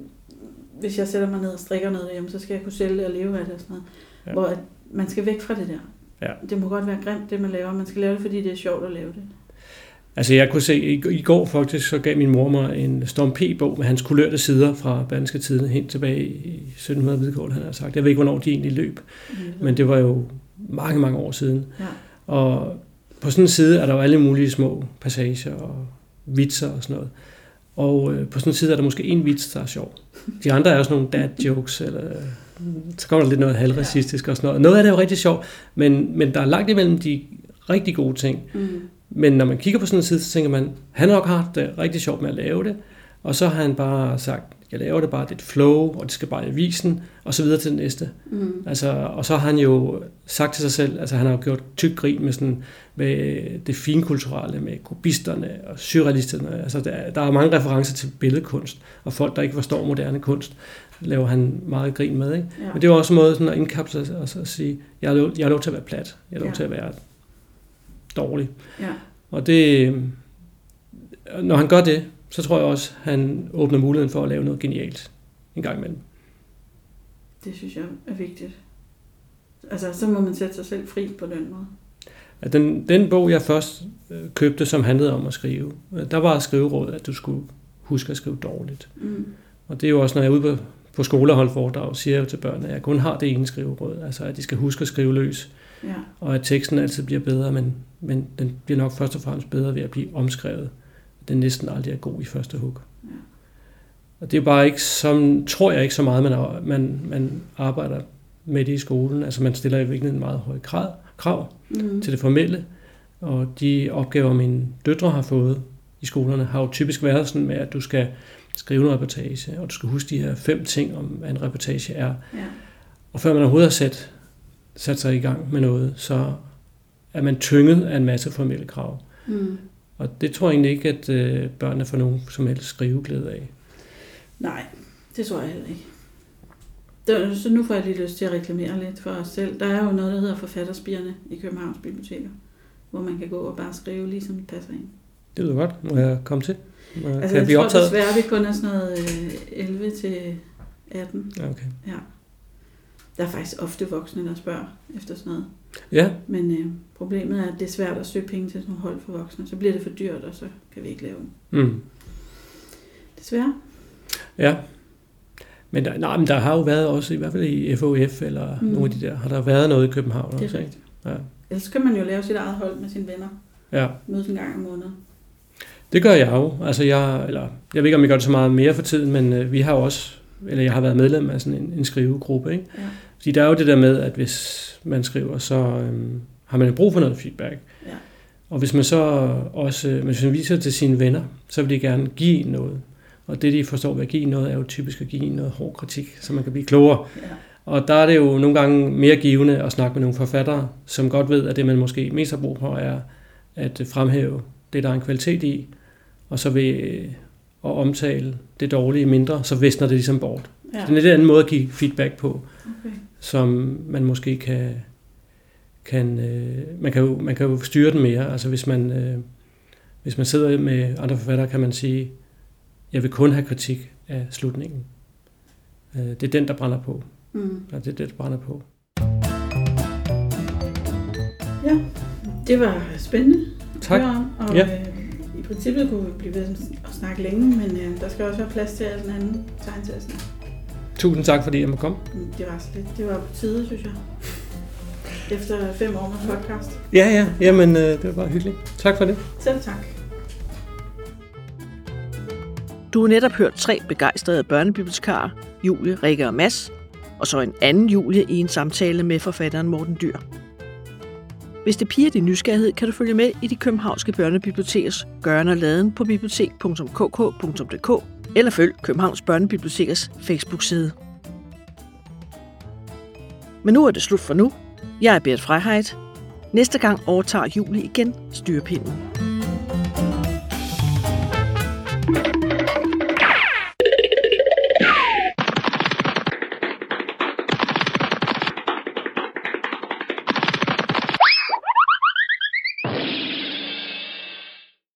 hvis jeg sætter mig ned og strikker noget derhjemme, så skal jeg kunne sælge og leve af det og sådan noget. Ja. Hvor at man skal væk fra det der. Ja. Det må godt være grimt, det man laver. Man skal lave det, fordi det er sjovt at lave det. Altså jeg kunne se, i går faktisk, så gav min mor mig en Storm P-bog med hans kulørte sider fra Berlingske Tidende helt tilbage i 1700 Hvidkål, han har sagt. Jeg ved ikke, hvornår de egentlig løb, men det var jo mange, mange år siden. Ja. Og på sådan en side er der jo alle mulige små passager og vitser og sådan noget. Og på sådan en side er der måske en vits, der er sjov. De andre er jo sådan nogle dad jokes, eller så kommer der lidt noget halvracistisk og sådan noget. Noget af det er jo rigtig sjovt, men der er langt imellem de rigtig gode ting. Men når man kigger på sådan en side, så tænker man, han nok har det rigtig sjovt med at lave det, og så har han bare sagt, jeg laver det bare, det er et flow, og det skal bare i avisen, og så videre til det næste. Altså, og så har han jo sagt til sig selv, altså han har jo gjort tyk grin med det finkulturelle, med kubisterne og surrealisterne. Altså der er mange referencer til billedkunst, og folk, der ikke forstår moderne kunst, laver han meget grin med. Ikke? Ja. Men det er også en måde sådan at indkapsle og så sige, jeg er lov til at være plat, jeg er lov til at være dårlig. Ja. Og det, når han gør det, så tror jeg også, han åbner muligheden for at lave noget genialt en gang imellem. Det synes jeg er vigtigt. Altså, så må man sætte sig selv fri på den måde. Ja, den bog, jeg først købte, som handlede om at skrive, der var skriveråd, at du skulle huske at skrive dårligt. Og det er jo også, når jeg er ude på skole og holder foredrag, siger jeg jo til børnene, at jeg kun har det ene skriveråd, altså at de skal huske at skrive løs. Ja. Og at teksten altid bliver bedre, men den bliver nok først og fremmest bedre ved at blive omskrevet. Den næsten aldrig er god i første hug. Ja. Og det er bare ikke tror jeg ikke så meget, man arbejder med det i skolen. Altså man stiller i virkeligheden en meget høj krav til det formelle. Og de opgaver, mine døtre har fået i skolerne, har jo typisk været sådan med, at du skal skrive en reportage, og du skal huske de her 5 ting om, hvad en reportage er. Ja. Og før man overhovedet har sat sig i gang med noget, så er man tynget af en masse formelle krav. Og det tror jeg egentlig ikke, at børnene får nogen som helst skriveglæde af. Nej, det tror jeg heller ikke. Så nu får jeg lige lyst til at reklamere lidt for os selv. Der er jo noget, der hedder Forfatterspirene i Københavns Biblioteker, hvor man kan gå og bare skrive, ligesom det passer ind. Det lyder godt. Må jeg komme til? Altså, jeg tror desværre, vi kun er sådan noget 11 til 18. Okay. Ja. Der er faktisk ofte voksne, der spørger efter sådan noget. Ja. Men problemet er, at det er svært at søge penge til sådan nogle hold for voksne. Så bliver det for dyrt, og så kan vi ikke lave den. Desværre. Ja. Men der har jo været også, i hvert fald i FOF, eller nogle af de der, har der været noget i København det er også, rigtigt. Ja. Ellers kan man jo lave sit eget hold med sine venner. Ja. Mødes en gang om måneden. Det gør jeg jo. Altså jeg ved ikke, om jeg gør det så meget mere for tiden, men vi har også, eller jeg har været medlem af sådan en skrivegruppe, ikke? Ja. Fordi der er jo det der med, at hvis man skriver, så har man jo brug for noget feedback. Ja. Og hvis man så også, hvis man viser til sine venner, så vil de gerne give noget. Og det, de forstår ved at give noget, er jo typisk at give noget hård kritik, så man kan blive klogere. Ja. Og der er det jo nogle gange mere givende at snakke med nogle forfattere, som godt ved, at det, man måske mest har brug for, er at fremhæve det, der er en kvalitet i, og så ved at omtale det dårlige mindre, så visner det ligesom bort. Ja. Så det er en lidt anden måde at give feedback på, som man måske man kan jo styre den mere. Altså hvis man sidder med andre forfattere, kan man sige, jeg vil kun have kritik af slutningen. Det er den, der brænder på. Ja, det er det, der brænder på. Ja, det var spændende. Tak. Og i princippet kunne vi blive ved at snakke længe, men der skal også være plads til al den anden tegnsætning. Tusind tak, fordi jeg måtte komme. Det var så lidt. Det var på tide, synes jeg. Efter 5 år med podcast. Ja. Jamen, det var bare hyggeligt. Tak for det. Selv tak. Du har netop hørt 3 begejstrede børnebibliotekarer, Julie, Rikke og Mads, og så en anden Julie i en samtale med forfatteren Morten Dyhr. Hvis det piger din nysgerrighed, kan du følge med i de københavnske børnebibliotekers gøren og laden på bibliotek.kk.dk eller følg Københavns Børnebibliotekers Facebook-side. Men nu er det slut for nu. Jeg er Beat Freiheit. Næste gang overtager Julie igen styrepinden.